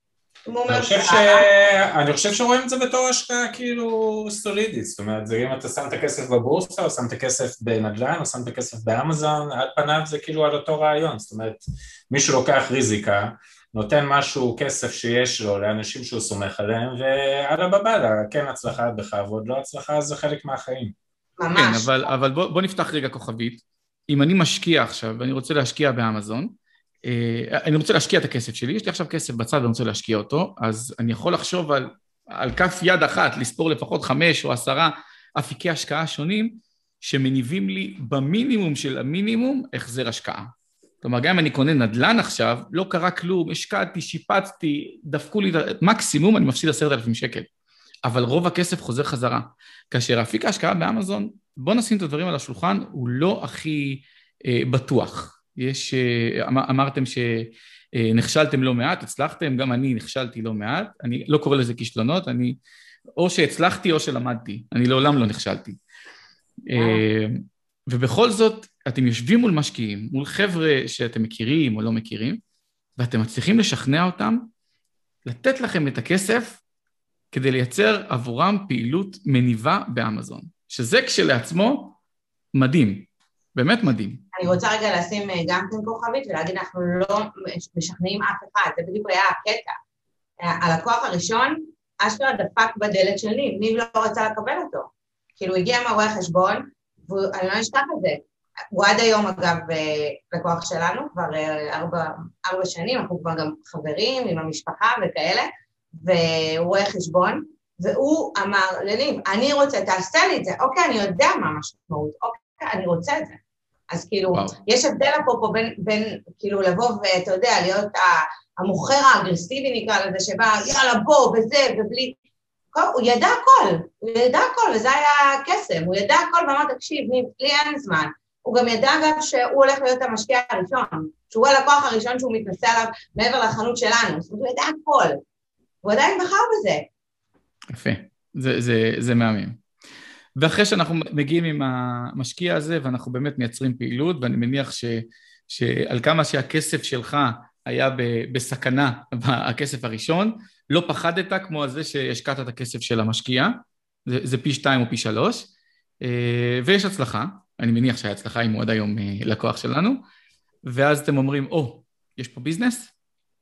אני חושב שרואים את זה בתור השקעה כאילו סולידית, זאת אומרת, אם אתה שם את הכסף בבורסה, או שם את הכסף בנדל"ן, או שם את הכסף באמזון, על פניו זה כאילו על אותו רעיון, זאת אומרת, מישהו לוקח ריזיקה, נותן משהו, כסף שיש לו לאנשים שהוא סומך עליהם, ועל הבבלה, כן הצלחה בכבוד, לא הצלחה, זה חלק מהחיים. ממש. כן, אבל בוא נפתח רגע כוכבית. אם אני משקיע עכשיו, ואני רוצה להשקיע באמזון, אני רוצה להשקיע את הכסף שלי, יש לי עכשיו כסף בצד ואני רוצה להשקיע אותו, אז אני יכול לחשוב על כף יד אחת, לספור לפחות 5 או 10 אפיקי השקעה שונים, שמניבים לי במינימום של המינימום החזר השקעה. כלומר, גם אם אני קונה נדל"ן עכשיו, לא קרה כלום, השקעתי, שיפצתי, דפקו לי, מקסימום אני מפסיד 10,000 שקל. אבל רוב הכסף חוזר חזרה. כאשר אפיק ההשקעה באמזון, בוא נשים את הדברים על השולחן, הוא לא הכי בטוח. אמרתם שנכשלתם לא מעט, הצלחתם, גם אני נכשלתי לא מעט, אני לא קורא לזה כישלונות, אני או שהצלחתי או שלמדתי, אני לעולם לא נכשלתי. ובכל זאת, אתם יושבים מול משקיעים, מול חבר'ה שאתם מכירים או לא מכירים, ואתם מצליחים לשכנע אותם, לתת לכם את הכסף, כדי לייצר עבורם פעילות מניבה באמזון, שזה כשלעצמו מדהים, באמת מדהים. אני רוצה רגע לשים גם כן כוכבית, ולהגיד, אנחנו לא משכנעים אף אחד, זה בדיוק היה הקטע. הלקוח הראשון, אשכרה דפק בדלת של ניב, ניב לא רצה לקבל אותו. כאילו, הגיע מהרואה חשבון, ואני לא אשכח את זה. הוא עד היום, אגב, לקוח שלנו, כבר 4 שנים, אנחנו כבר גם חברים עם המשפחה וכאלה, והוא רואה חשבון, והוא אמר לניב, אני רוצה, תעשה לי את זה, אוקיי, אני יודע מה המשמעות, אוקיי, אני רוצה את זה. אז כאילו, יש הבדל פה בין כאילו לבוא ואתה יודע, להיות המוכר האגרסיבי נקרא לזה, שבא, יאללה, בוא, וזה, ובלי, הוא ידע הכל, וזה היה קסם, הוא ידע הכל, ואמר, תקשיב, לי אין זמן. הוא גם ידע גם שהוא הולך להיות המשקיע הראשון, שהוא הלקוח הראשון שהוא מתנסה עליו מעבר לחנות שלנו, זאת אומרת, הוא ידע הכל. הוא עדיין בחר בזה. יפה, זה מהמם. ואחרי שאנחנו מגיעים עם המשקיע הזה, ואנחנו באמת מייצרים פעילות, ואני מניח שעל כמה שהכסף שלך היה בסכנה, הכסף הראשון, לא פחדת כמו זה שהשקעת את הכסף של המשקיע, זה פי 2 או פי 3, ויש הצלחה, אני מניח שהיה הצלחה אם הוא עד היום לקוח שלנו, ואז אתם אומרים, יש פה ביזנס?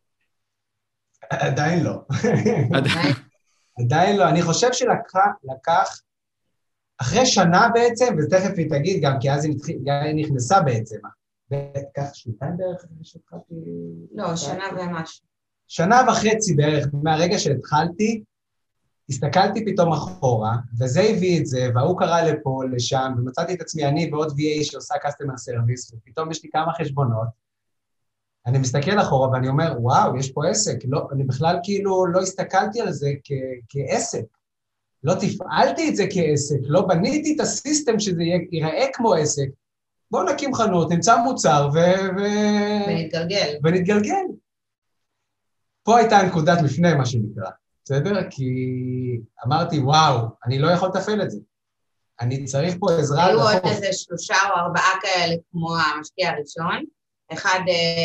עדיין לא. עדיין לא. אני חושב שלקח, אחרי שנה בעצם, ותכף היא תגיד גם, כי אז היא נכנסה בעצם, כך שנתיים בערך שהתחלתי... לא, שנה ומשהו. שנה וחצי בערך, מהרגע שהתחלתי, הסתכלתי פתאום אחורה, וזה הביא את זה, והוא קרא לפה, לשם, ומצאתי את עצמי, אני ועוד VA שעושה customer service, ופתאום יש לי כמה חשבונות, אני מסתכל אחורה ואני אומר, וואו, יש פה עסק, לא, אני בכלל כאילו לא הסתכלתי על זה כעסק, לא תפעלתי את זה כעסק, לא בניתי את הסיסטם שזה ייראה כמו עסק, בואו נקים חנות, נמצא מוצר ונתגלגל. פה הייתה נקודת מפנה, מה שנקרא, בסדר? כי אמרתי, וואו, אני לא יכול לתפעל את זה. אני צריך פה עזרה. היו עוד איזה 3 או 4 כאלה כמו המשקיע הראשון, אחד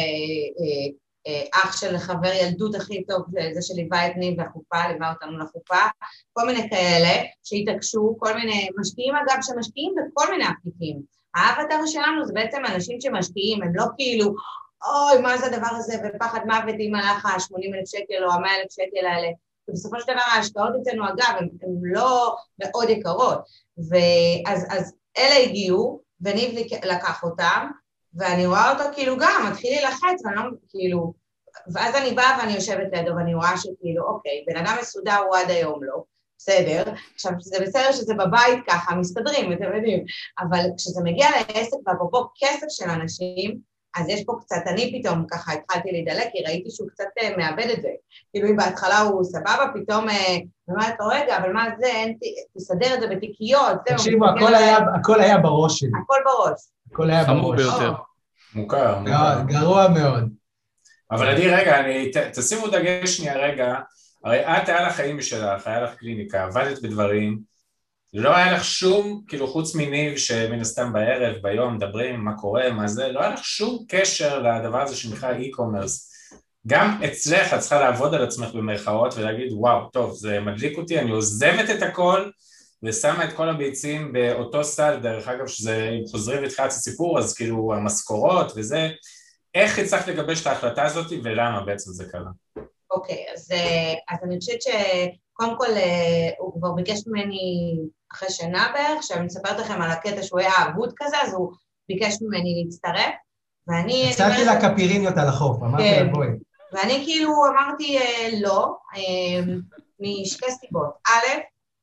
אח של חבר ילדות הכי טוב, זה שליווה את ניב לחופה, ליווה אותנו לחופה, כל מיני כאלה שהתעקשו, כל מיני משקיעים אגב שמשקיעים בכל מיני אפליקים. האבטר שלנו זה בעצם אנשים שמשקיעים, הם לא כאילו, אוי, מה זה הדבר הזה, ופחד מוות אם הלך ה-80,000 שקל או ה-100,000 שקל האלה, ובסופו של דבר ההשקעות אצלנו אגב, הן לא מאוד יקרות, אז אלה הגיעו, וניב לקח אותם, ואני רואה אותו כאילו גם, מתחיל להילחץ, ואני לא, כאילו, ואז אני באה ואני יושבת לידו, ואני רואה שכאילו, אוקיי, בן אדם מסודר הוא עד היום לא, בסדר, עכשיו זה בסדר שזה בבית ככה, מסתדרים, אתם יודעים, אבל כשזה מגיע לעסק והבובו כסף של אנשים, אז יש פה קצת, אני פתאום ככה התחלתי להידלק, כי ראיתי שהוא קצת מאבד את זה, כאילו אם בהתחלה הוא סבבה, פתאום, אומרת לו, רגע, אבל מה זה, תסדר את זה בתיקיות, תקשיבו, הכל היה בראש שלי. הכל בראש. הכל היה חמור בראש. ביותר. מוכר. גרוע מאוד. אבל עדי, רגע, תשימו דגש שנייה רגע, הרי את היה לך חיים משלך, היה לך קליניקה, עבדת בדברים, לא היה לך שום, כאילו חוץ מניב שמן הסתם בערב, ביום, מדברים, מה קורה, מה זה, לא היה לך שום קשר לדבר הזה שנקרא e-commerce. גם אצלך את צריכה לעבוד על עצמך במרכאות ולהגיד, וואו, טוב, זה מדליק אותי, אני עוזבת את הכל, ושמה את כל הביצים באותו סל, דרך אגב, שזה חוזרים לתחילת הסיפור, אז כאילו המשכורות וזה, איך הצלחת לגבש את ההחלטה הזאת ולמה בעצם זה קרה? אוקיי, אז אני חושבת שקודם כל הוא כבר ביקש ממני אחרי שנה בערך, שאני מספרת לכם על הקטע שהוא היה אבוד כזה, אז הוא ביקש ממני להצטרף, ואני... הצעתי לה קפיריניות על החוף, אמרתי לה בואי. ואני כאילו אמרתי לא, משתי סיבות. א',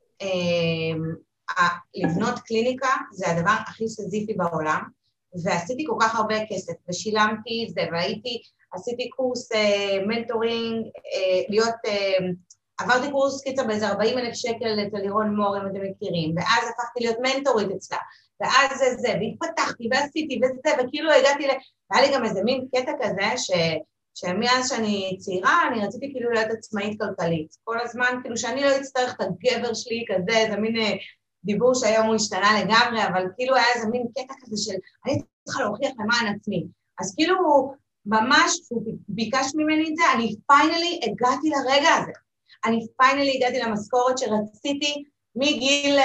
לבנות קליניקה זה הדבר הכי סזיפי בעולם, ועשיתי כל כך הרבה כסף, ושילמתי את זה, עשיתי קורס מנטורינג, עברתי קורס קיצר באיזה 40,000 שקל אצל לירון מור, אם אתם מכירים, ואז הפכתי להיות מנטורית אצלה, ואז זה, והתפתחתי, ועשיתי, וזה, וכאילו הגעתי והיה לי גם איזה מין קטע כזה, שמאז שאני צעירה, אני רציתי כאילו להיות עצמאית כלכלית, כל הזמן, כאילו שאני לא אצטרך את הגבר שלי כזה, איזה מין דיבור שהיום הוא השתנה לגמרי, אבל כאילו היה איזה מין קטע כזה של, אני צריכה להוכיח למען עצמי, אז כאילו ממש, הוא ביקש ממני את זה, אני פיינלי הגעתי לרגע הזה, אני פיינלי הגעתי למשכורת שרציתי מגיל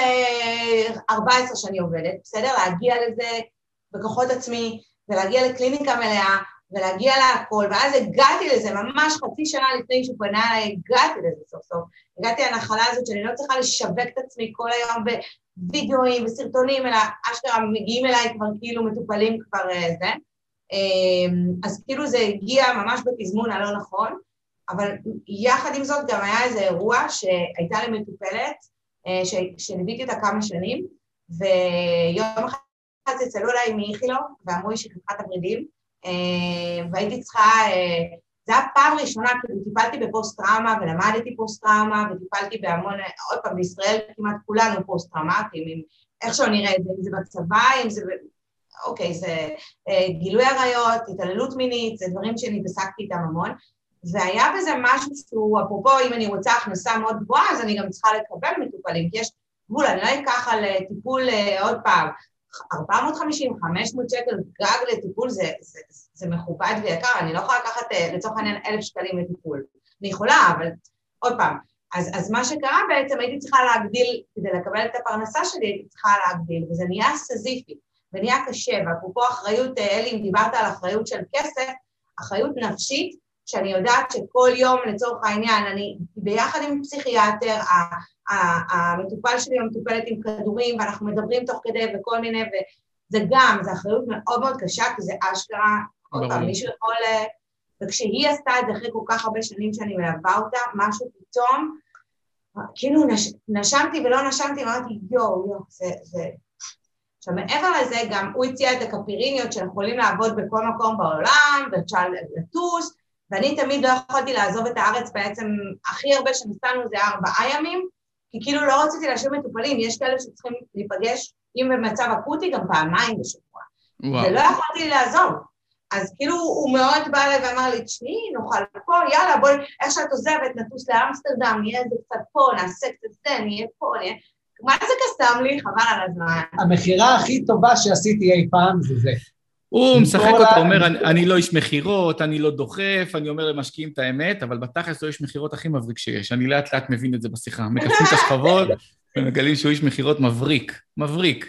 14 שאני עובדת, בסדר? להגיע לזה בכוחות עצמי, ולהגיע לקליניקה מלאה, ולהגיע להכל, ואז הגעתי לזה, ממש חצי שנה לפני שהוא פנה אליי, הגעתי לזה סוף סוף, הגעתי להנחלה הזאת שאני לא צריכה לשווק את עצמי כל היום בווידאוים וסרטונים, אלא אשכרה מגיעים אליי כבר כאילו מטופלים כבר זה, אז כאילו זה הגיע ממש בתזמון הלא נכון, אבל יחד עם זאת גם היה איזה אירוע שהייתה לי מטופלת, שליוויתי אותה כמה שנים, ויום אחד צלצלו אליי מאיכילוב, ואמרו לי שכחת הורידים, והייתי צריכה, זה היה פעם ראשונה, כאילו טיפלתי בפוסט-טראומה, ולמדתי פוסט-טראומה, וטיפלתי בהמון, עוד פעם, בישראל כמעט כולנו פוסט-טראומטיים, איך שהוא נראה את זה, אם זה בצבא, אם זה, אוקיי, זה גילוי עריות, התעללות מינית, זה דברים שאני התעסקתי איתם המון, והיה בזה משהו שהוא, אפרופו, אם אני רוצה הכנסה מאוד גבוהה, אז אני גם צריכה לקבל מטופלים, כי יש גבול, אני לא אקח על טיפול עוד פעם, 450, 500 שקל גג לטיפול, זה מכובד ויקר, אני לא יכולה לקחת לצורך העניין 1,000 שקלים לטיפול. אני יכולה, אבל עוד פעם, אז מה שקרה בעצם, הייתי צריכה להגדיל, כדי לקבל את הפרנסה שלי, הייתי צריכה להגדיל, וזה נהיה סזיפי, ונהיה קשה, ואפרופו אחריות, אלי, אם דיברת על אחריות של כסף, אחריות נפשית, שאני יודעת שכל יום לצורך העניין, אני ביחד עם פסיכיאטר, המטופל שלי המטופלת עם כדורים, ואנחנו מדברים תוך כדי וכל מיני, זה אחריות מאוד מאוד קשה, כי זה אשכרה, עוד פעם, מישהו יכול, וכשהיא עשתה את זה אחרי כל כך הרבה שנים שאני מלווה אותה, משהו פתאום, כאילו נשמתי ולא נשמתי, אמרתי, יו, זה... עכשיו, מעבר לזה, גם הוא הציע את הקפיריניות שיכולים לעבוד בכל מקום בעולם, ואפשר לטוס, ואני תמיד לא יכולתי לעזוב את הארץ בעצם, הכי הרבה שנסענו זה 4 ימים, כי כאילו לא רציתי להשאיר מטופלים, יש כאלה שצריכים להיפגש, אם במצב אקוטי, גם 2 פעמים בשבוע. ולא יכולתי לעזוב. אז כאילו הוא מאוד בא אליי ואמר לי, תשמעי, נאכל פה, יאללה, בואי, איך שאת עוזבת, נטוס לאמסטרדם, נהיה איזה קצת פה, נעשה קצת זה, נהיה פה, נהיה... מה זה קסם לי? חבל על הזמן. המחירה הכי טובה שעשיתי אי פעם זה זה. הוא משחק אותה, אומר, אני לא איש מחירות, אני לא דוחף, אני אומר למשקיעים את האמת, אבל בתכלס הוא איש מחירות הכי מבריק שיש. אני לאט לאט מבין את זה בשיחה. מקפים את השכבות ומגלים שהוא איש מחירות מבריק. מבריק.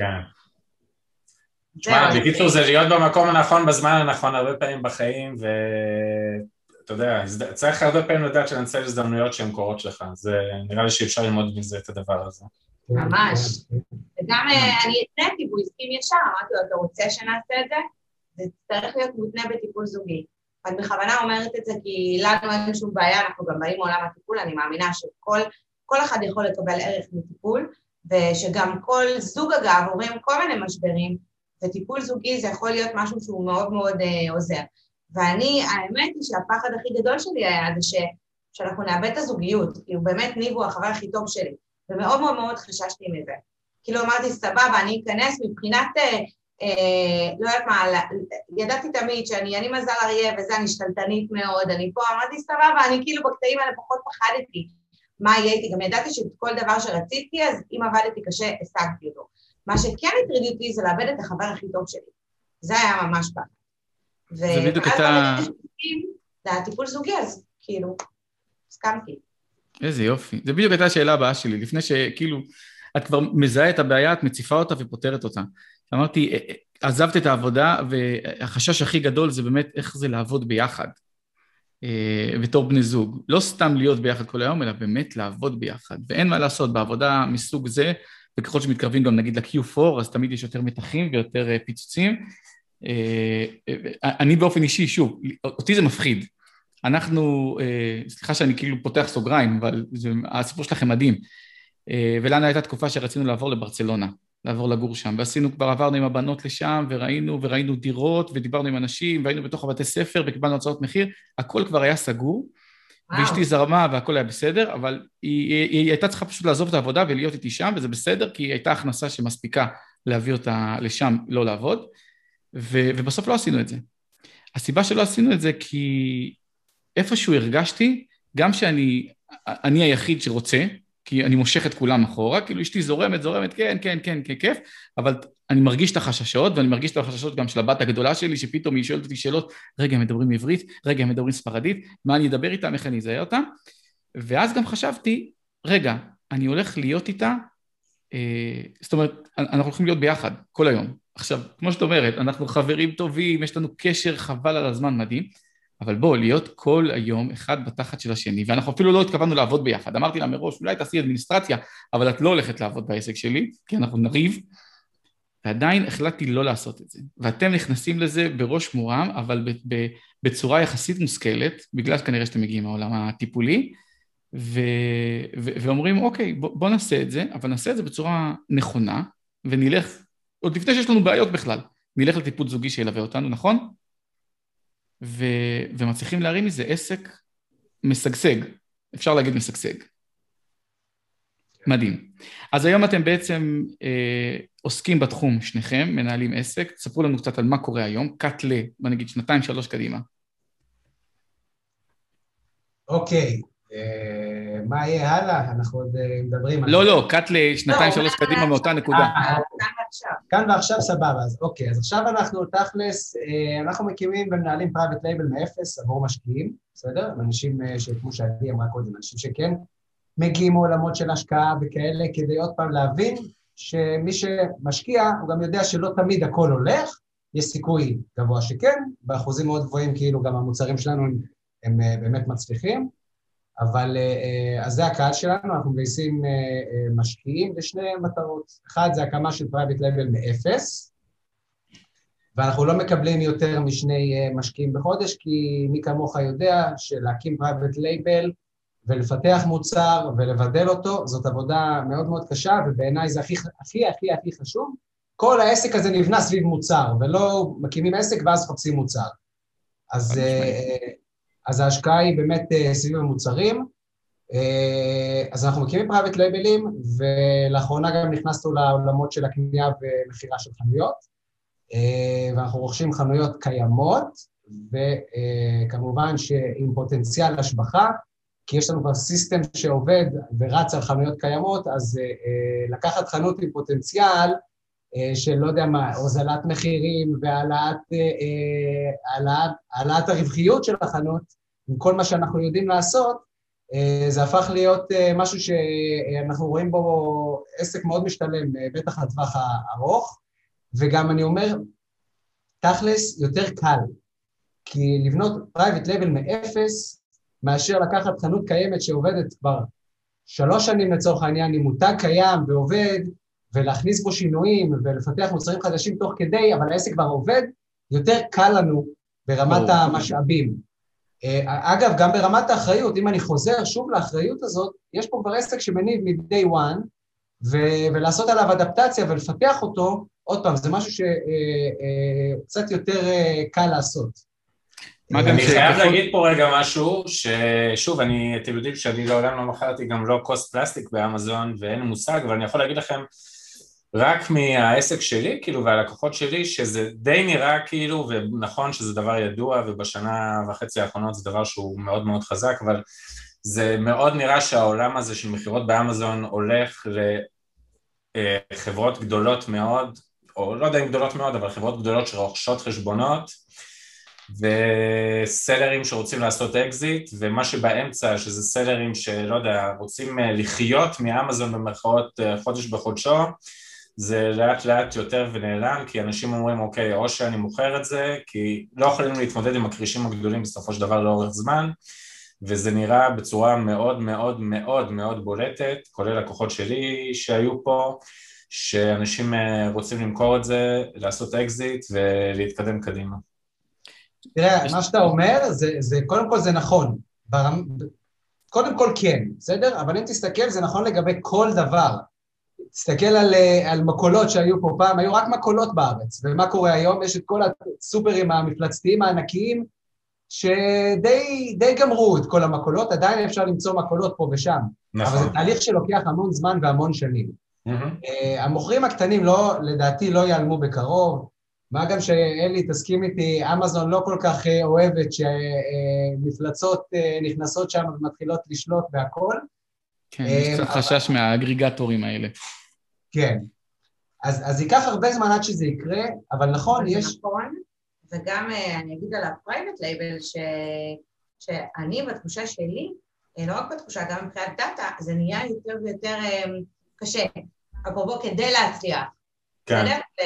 תשמע, בקיצור זה להיות במקום הנכון בזמן הנכון הרבה פעמים בחיים, ואתה יודע, צריך הרבה פעמים לדעת שננצל הזדמנויות שהן קורות לך, זה נראה לי שאפשר ללמוד מזה את הדבר הזה. ממש. וגם אני התנתי, והוא הסכים ישר, אמרתי לו, אתה רוצה שנעשה את זה? זה צריך להיות מותנה בטיפול זוגי. אני בכוונה אומרת את זה כי לנו אין שום בעיה, אנחנו גם באים מעולם הטיפול, אני מאמינה שכל אחד יכול לקבל ערך מטיפול, ושגם כל זוג אגב עוברים כל מיני משברים, וטיפול זוגי זה יכול להיות משהו שהוא מאוד מאוד עוזר. ואני, האמת היא שהפחד הכי גדול שלי היה זה שאנחנו נאבד את הזוגיות, כי הוא באמת ניב הוא החבר הכי טוב שלי, ומאוד מאוד מאוד חששתי מזה. כאילו אמרתי, סבבה, אני אכנס מבחינת, לא יודעת מה, ידעתי תמיד שאני מזל אריה וזה, אני שתלטנית מאוד, אני פה, אמרתי, סבבה, אני כאילו בקטעים האלה פחות פחדתי, מה יהיה איתי, גם ידעתי שכל דבר שרציתי, אז אם עבדתי קשה, השגתי אותו. מה שכן הטריד אותי זה לאבד את החבר הכי טוב שלי. זה היה ממש פחד. זה בדיוק הייתה... לטיפול זוגי, אז כאילו, הסכמתי. איזה יופי. זה בדיוק הייתה השאלה הבאה שלי, לפני שכאילו, את כבר מזהה את הבעיה, את מציפה אותה ופותרת אותה. אמרתי, עזבת את העבודה, והחשש הכי גדול זה באמת איך זה לעבוד ביחד, בתור בני זוג. לא סתם להיות ביחד כל היום, אלא באמת לעבוד ביחד. ואין מה לעשות, בעבודה מסוג זה, וככל שמתקרבים גם נגיד ל-Q4, אז תמיד יש יותר מתחים ויותר פיצוצים. אני באופן אישי, שוב, אותי זה מפחיד. אנחנו, סליחה שאני כאילו פותח סוגריים, אבל הסיפור שלכם מדהים. ולנו הייתה תקופה שרצינו לעבור לברצלונה, לעבור לגור שם, ועשינו, כבר עברנו עם הבנות לשם, וראינו דירות, ודיברנו עם אנשים, והיינו בתוך הבתי ספר, וקיבלנו הצעות מחיר, הכל כבר היה סגור, ואשתי זרמה והכל היה בסדר, אבל היא הייתה צריכה פשוט לעזוב את העבודה ולהיות איתי שם, וזה בסדר, כי היא הייתה הכנסה שמספיקה להביא אותה לשם, לא לעבוד, ובסוף לא עשינו את זה. הסיבה שלא עשינו את זה, כי איפשהו הרגשתי, גם שאני היחיד שרוצה, כי אני מושך את כולם אחורה, כאילו אשתי זורמת, כן, כיף, אבל אני מרגיש את החששות, ואני מרגיש את החששות גם של הבת הגדולה שלי, שפתאום היא שואלת אותי שאלות, רגע, הם מדברים עברית, רגע, הם מדברים ספרדית, מה אני אדבר איתם, איך אני אזהה אותם, ואז גם חשבתי, רגע, אני הולך להיות איתה, זאת אומרת, אנחנו הולכים להיות ביחד, כל היום. עכשיו, כמו שאת אומרת, אנחנו חברים טובים, יש לנו קשר חבל על הזמן מדהים, אבל בואו, להיות כל היום אחד בתחת של השני, ואנחנו אפילו לא התכוונו לעבוד ביחד. אמרתי לה מראש, אולי תעשי אדמיניסטרציה, אבל את לא הולכת לעבוד בעסק שלי, כי אנחנו נריב, ועדיין החלטתי לא לעשות את זה. ואתם נכנסים לזה בראש מורם, אבל בצורה יחסית מושכלת, בגלל שכנראה שאתם מגיעים מהעולם הטיפולי, ואומרים, אוקיי, בוא נעשה את זה, אבל נעשה את זה בצורה נכונה, ונלך, עוד לפני שיש לנו בעיות בכלל, נלך לטיפול זוגי שילווה אותנו, נכון? ומצליחים להרים מזה עסק משגשג, אפשר להגיד משגשג. מדהים. אז היום אתם בעצם עוסקים בתחום שניכם, מנהלים עסק, תספרו לנו קצת על מה קורה היום, קאט בוא נגיד 2-3 קדימה. אוקיי, מה יהיה הלאה? אנחנו עוד מדברים על... לא, קאט 2-3 קדימה מאותה נקודה. כאן ועכשיו סבבה, אז אוקיי, אז עכשיו אנחנו תכלס, אנחנו מקימים ומנהלים פרייבט לייבל מאפס עבור משקיעים, בסדר? אנשים שכמו שעדי אמרה קודם, אנשים שכן מגיעים מעולמות של השקעה וכאלה, כדי עוד פעם להבין שמי שמשקיע, הוא גם יודע שלא תמיד הכל הולך, יש סיכוי גבוה שכן, באחוזים מאוד גבוהים כאילו גם המוצרים שלנו הם באמת מצליחים, אבל אז זה הקהל שלנו, אנחנו מגייסים משקיעים לשני מטרות. אחד זה הקמה של פרייבט לייבל מאפס, ואנחנו לא מקבלים יותר משני משקיעים בחודש, כי מי כמוך יודע שלהקים private label ולפתח מוצר ולבדל אותו, זאת עבודה מאוד מאוד קשה, ובעיניי זה הכי חשוב. כל העסק הזה נבנה סביב מוצר, ולא מקימים עסק ואז חפשים מוצר. אז ההשקעה היא באמת סביב המוצרים. אז אנחנו מקימים private label'ים, ולאחרונה גם נכנסנו לעולמות של הקנייה ומחירה של חנויות, ואנחנו רוכשים חנויות קיימות, וכמובן שעם פוטנציאל השבחה, כי יש לנו כבר סיסטם שעובד ורץ על חנויות קיימות, אז לקחת חנות עם פוטנציאל, של לא יודע מה, הוזלת מחירים והעלאת הרווחיות של החנות, עם כל מה שאנחנו יודעים לעשות, זה הפך להיות משהו שאנחנו רואים בו עסק מאוד משתלם, בטח לטווח הארוך, וגם אני אומר, תכלס יותר קל, כי לבנות private label מאפס, מאשר לקחת חנות קיימת שעובדת כבר 3 שנים לצורך העניין, עם מותג קיים ועובד, ולהכניס בו שינויים ולפתח מוצרים חדשים תוך כדי, אבל העסק כבר עובד, יותר קל לנו ברמת המשאבים. אגב, גם ברמת האחריות, אם אני חוזר שוב לאחריות הזאת, יש פה כבר עסק שמניב מ-day one, ולעשות עליו אדפטציה ולפתח אותו, עוד פעם, זה משהו שקצת יותר קל לעשות. אני חייב להגיד פה רגע משהו, ששוב, אתם יודעים שאני לעולם לא מכרתי גם לא קוסט פלסטיק באמזון, ואין מושג, אבל אני יכול להגיד לכם, רק מהעסק שלי, כאילו, והלקוחות שלי, שזה די נראה כאילו, ונכון שזה דבר ידוע, ובשנה וחצי האחרונות זה דבר שהוא מאוד מאוד חזק, אבל זה מאוד נראה שהעולם הזה של מחירות באמזון הולך לחברות גדולות מאוד, או לא יודע אם גדולות מאוד, אבל חברות גדולות שרוכשות חשבונות, וסלרים שרוצים לעשות אקזיט, ומה שבאמצע, שזה סלרים שלא יודע, רוצים לחיות מאמזון במרכאות חודש בחודשו, זה לאט לאט יותר ונעלם, כי אנשים אומרים, אוקיי, או שאני מוכר את זה, כי לא יכולים להתמודד עם הקרישים הגדולים בסופו של דבר לאורך זמן, וזה נראה בצורה מאוד מאוד מאוד מאוד בולטת, כולל לקוחות שלי שהיו פה, שאנשים רוצים למכור את זה, לעשות אקזיט ולהתקדם קדימה. תראה, מה שאתה אומר, קודם כל זה נכון. קודם כל כן, בסדר? אבל אם תסתכל, זה נכון לגבי כל דבר. תסתכל על מקולות שהיו פה פעם, היו רק מקולות בארץ, ומה קורה היום? יש את כל הסופרים המפלצתיים הענקיים, שדי גמרו את כל המקולות, עדיין אפשר למצוא מקולות פה ושם. נכון. אבל זה תהליך שלוקח המון זמן והמון שנים. המוכרים הקטנים לדעתי לא ייעלמו בקרוב, מה גם שאלי תסכים איתי, אמזון לא כל כך אוהבת שמפלצות נכנסות שם ומתחילות לשלוט בהכל. כן, יש קצת חשש מהאגריגטורים האלה. כן, אז ייקח הרבה זמן עד שזה יקרה, אבל נכון, יש... נכון, וגם אני אגיד על ה-private label, שאני בתחושה שלי, לא רק בתחושה, גם מבחינת דאטה, זה נהיה יותר ויותר קשה. אפרופו כדי להצליח. כן.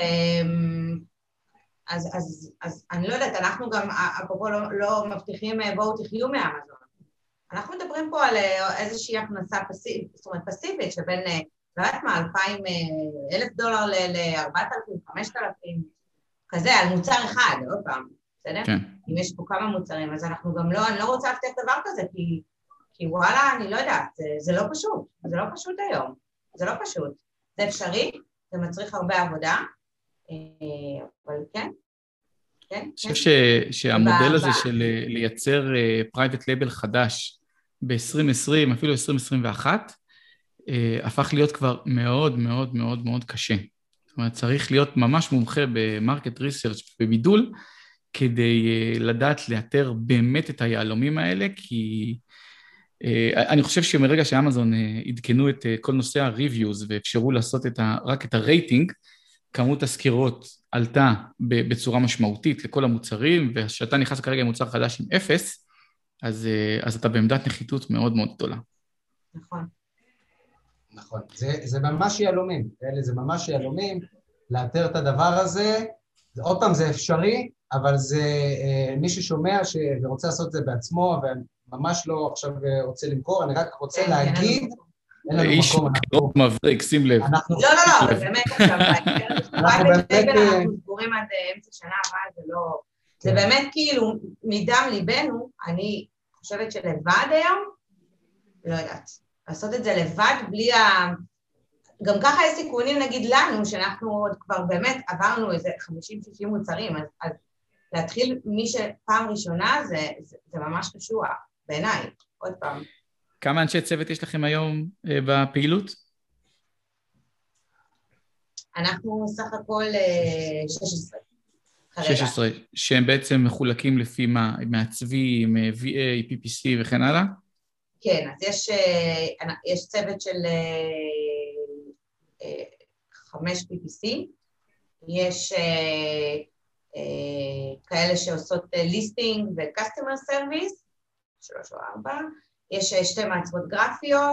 אז אני לא יודעת, אנחנו גם, אפרופו לא מבטיחים בואו תחיו מאמזון. אנחנו מדברים פה על איזושהי הכנסה פסיבית, זאת אומרת פסיבית, שבין, לא יודעת מה, $1,000 ל-4,000, 5,000, כזה, על מוצר אחד, עוד פעם, בסדר? כן. אם יש פה כמה מוצרים, אז אנחנו גם לא, אני לא רוצה להבטיח דבר כזה, כי וואלה, אני לא יודעת, זה לא פשוט, זה לא פשוט היום, זה לא פשוט. זה אפשרי, זה מצריך הרבה עבודה, אבל כן. אני חושב שהמודל הזה של לייצר private label חדש ב-2020, אפילו 2021, הפך להיות כבר מאוד מאוד מאוד מאוד קשה. זאת אומרת, צריך להיות ממש מומחה במרקט ריסרצ' ובידול, כדי לדעת לאתר באמת את היעלומים האלה, כי אני חושב שמרגע שאמזון עדכנו את כל נושא ה-reviews ואפשרו לעשות רק את הרייטינג, כמות הסקירות עלתה בצורה משמעותית לכל המוצרים, ושאתה נכנס כרגע עם מוצר חדש עם 0, אז אתה בעמדת נחיתות מאוד מאוד גדולה. נכון. נכון, זה ממש יעלומים, זה ממש יעלומים, לאתר את הדבר הזה, עוד פעם זה אפשרי, אבל זה מי ששומע ורוצה לעשות את זה בעצמו, וממש לא עכשיו רוצה למכור, אני רק רוצה להגיד אין לנו מקום. רוב מבריק, שים לב. לא, באמת עכשיו, אנחנו סגורים עד אמצע שנה הבאה, זה באמת כאילו מדם ליבנו, אני חושבת שלבד היום, לא יודעת, לעשות את זה לבד בלי גם ככה יש סיכונים נגיד לנו, שאנחנו עוד כבר באמת עברנו איזה 50-60 מוצרים, אז להתחיל מי שפעם ראשונה זה ממש קשוח, בעיניי, עוד פעם. כמה אנשי צוות יש לכם היום בפעילות? אנחנו סך הכל 16. 16, שהם בעצם מחולקים לפי מה? מעצבים, VA, PPC וכן הלאה? כן, אז יש צוות של 5 PPC, יש כאלה שעושות ליסטינג ו-customer service, 3 או 4, יש 2 מעצבות גרפיות,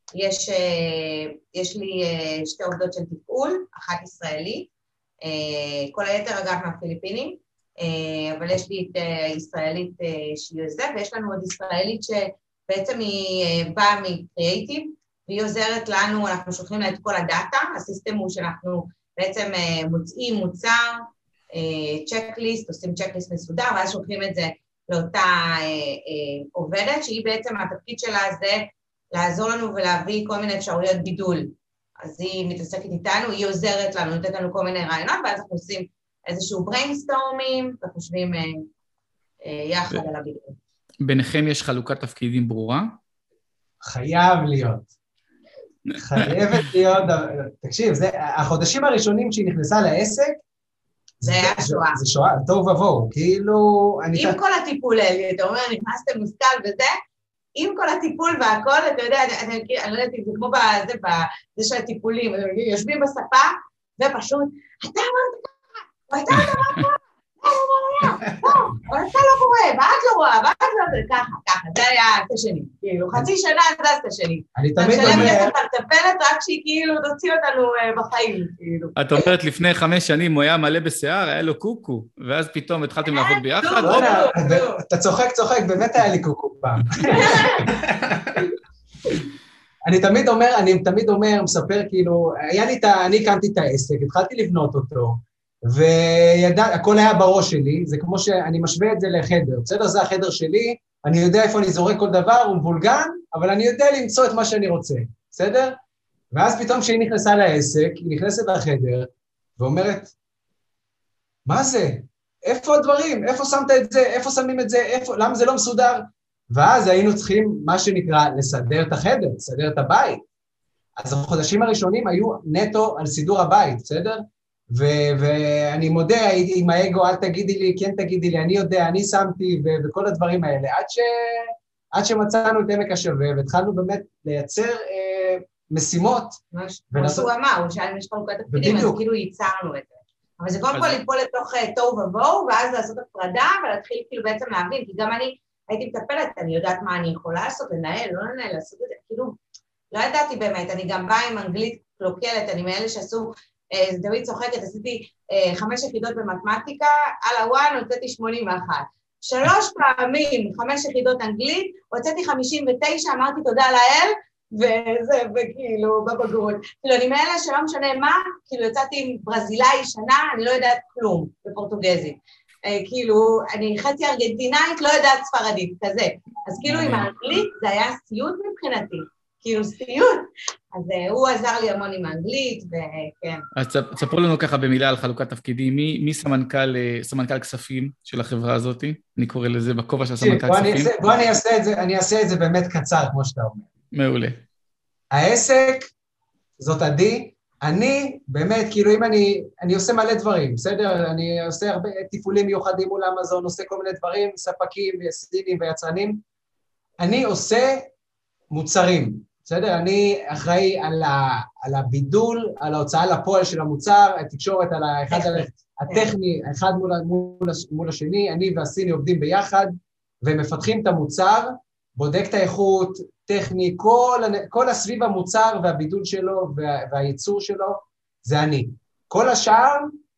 יש לי 2 עובדות של תפעול, 1 ישראלית, כל היתר אגב מהפיליפינים, אבל יש לי את ישראלית שהיא עוזרת, ויש לנו עוד ישראלית שבעצם היא באה מקריאייטיב, והיא עוזרת לנו, אנחנו שולחים לה את כל הדאטה, הסיסטם הוא שאנחנו בעצם מוצאים מוצר, צ'קליסט, עושים צ'קליסט מסודר, ואז שולחים את זה לאותה עובדת, שהיא בעצם התפקיד שלה זה לעזור לנו ולהביא כל מיני אפשרויות בידול. אז היא מתעסקת איתנו, היא עוזרת לנו, נותנת לנו כל מיני רעיונות, ואז אנחנו עושים איזשהו בריינסטורמים, וחושבים יחד על הבידול. ביניכם יש חלוקת תפקידים ברורה? חייב להיות. חייבת להיות, תקשיב, החודשים הראשונים שהיא נכנסה לעסק, זה היה שואה. זה שואה, טוב ובואו, כאילו... עם כל הטיפול, אלי, אתה אומר, נכנסתם מושכל וזה, עם כל הטיפול והכל, אתה יודע, אני לא יודעת אם זה כמו בזה של הטיפולים, יושבים בספה, ופשוט, אתה אמרת ככה, אתה אמרת ככה, אבל אתה לא קורא, ואת לא רואה, ואת לא ככה, זה היה השני, כאילו, חצי שנה זה השני. אני תמיד אומר... אני משלם כסף על טפלת, רק שהיא כאילו תוציא אותנו בחיים, כאילו. את אומרת, לפני 5 שנים הוא היה מלא בשיער, היה לו קוקו, ואז פתאום התחלתם לעבוד ביחד? אתה צוחק, באמת היה לי קוקו פעם. אני תמיד אומר, מספר כאילו, אני הקמתי את העסק, התחלתי לבנות אותו, והכל היה בראש שלי, זה כמו שאני משווה את זה לחדר, בסדר? זה החדר שלי, אני יודע איפה אני זורק כל דבר, הוא מבולגן, אבל אני יודע למצוא את מה שאני רוצה, בסדר? ואז פתאום כשהיא נכנסה לעסק, היא נכנסת לחדר, ואומרת, מה זה? איפה הדברים? איפה שמת את זה? איפה שמים את זה? למה זה לא מסודר? ואז היינו צריכים, מה שנקרא, לסדר את החדר, לסדר את הבית. אז החודשים הראשונים היו נטו על סידור הבית, בסדר? ואני מודה, עם האגו, אל תגידי לי, כן תגידי לי, אני יודע, אני שמתי, וכל הדברים האלה, עד שמצאנו את עמק השווה, והתחלנו באמת לייצר משימות. כמו שהוא אמר, הוא שאל אם יש חלוקת תפקידים, אז כאילו ייצרנו את זה. אבל זה קודם כל ליפול לתוך תוהו ובוהו, ואז לעשות הפרדה, ולהתחיל כאילו בעצם להבין, כי גם אני הייתי מטפלת, אני יודעת מה אני יכולה לעשות, לנהל, לא לנהל, לעשות את זה, כאילו, לא ידעתי באמת, אני גם באה עם אנגלית קלוקלת, אני מאלה שעשו, דוד צוחקת, עשיתי 5 יחידות במתמטיקה, על הוואן הוצאתי 81. 3 פעמים 5 יחידות אנגלית, הוצאתי 59, אמרתי תודה לאל, וזה, וכאילו, בבגרות. כאילו, אני מאלה שלא משנה מה, כאילו, יצאתי עם ברזילאי שנה, אני לא יודעת כלום, בפורטוגזית. כאילו, אני חצי ארגנטינאית, לא יודעת ספרדית, כזה. אז כאילו, עם האנגלית, זה היה סיוט מבחינתי. כאילו סיוט, אז הוא עזר לי המון עם האנגלית, וכן. אז תספרו לנו ככה במילה על חלוקת תפקידים, מי סמנכ"ל כספים של החברה הזאת? אני קורא לזה בכובע של סמנכ"ל כספים. בוא אני אעשה את זה באמת קצר, כמו שאתה אומר. מעולה. העסק, זאת עדי, אני באמת, כאילו אם אני עושה מלא דברים, בסדר? אני עושה הרבה טיפולים מיוחדים מול אמזון, עושה כל מיני דברים, ספקים וסינים ויצרנים, אני עושה מוצרים. בסדר? אני אחראי על הבידול, על ההוצאה לפועל של המוצר, התקשורת על הטכני, אחד מול השני, אני והסיני עובדים ביחד, ומפתחים את המוצר, בודק את האיכות, טכני, כל הסביב המוצר והבידול שלו והייצור שלו, זה אני. כל השאר,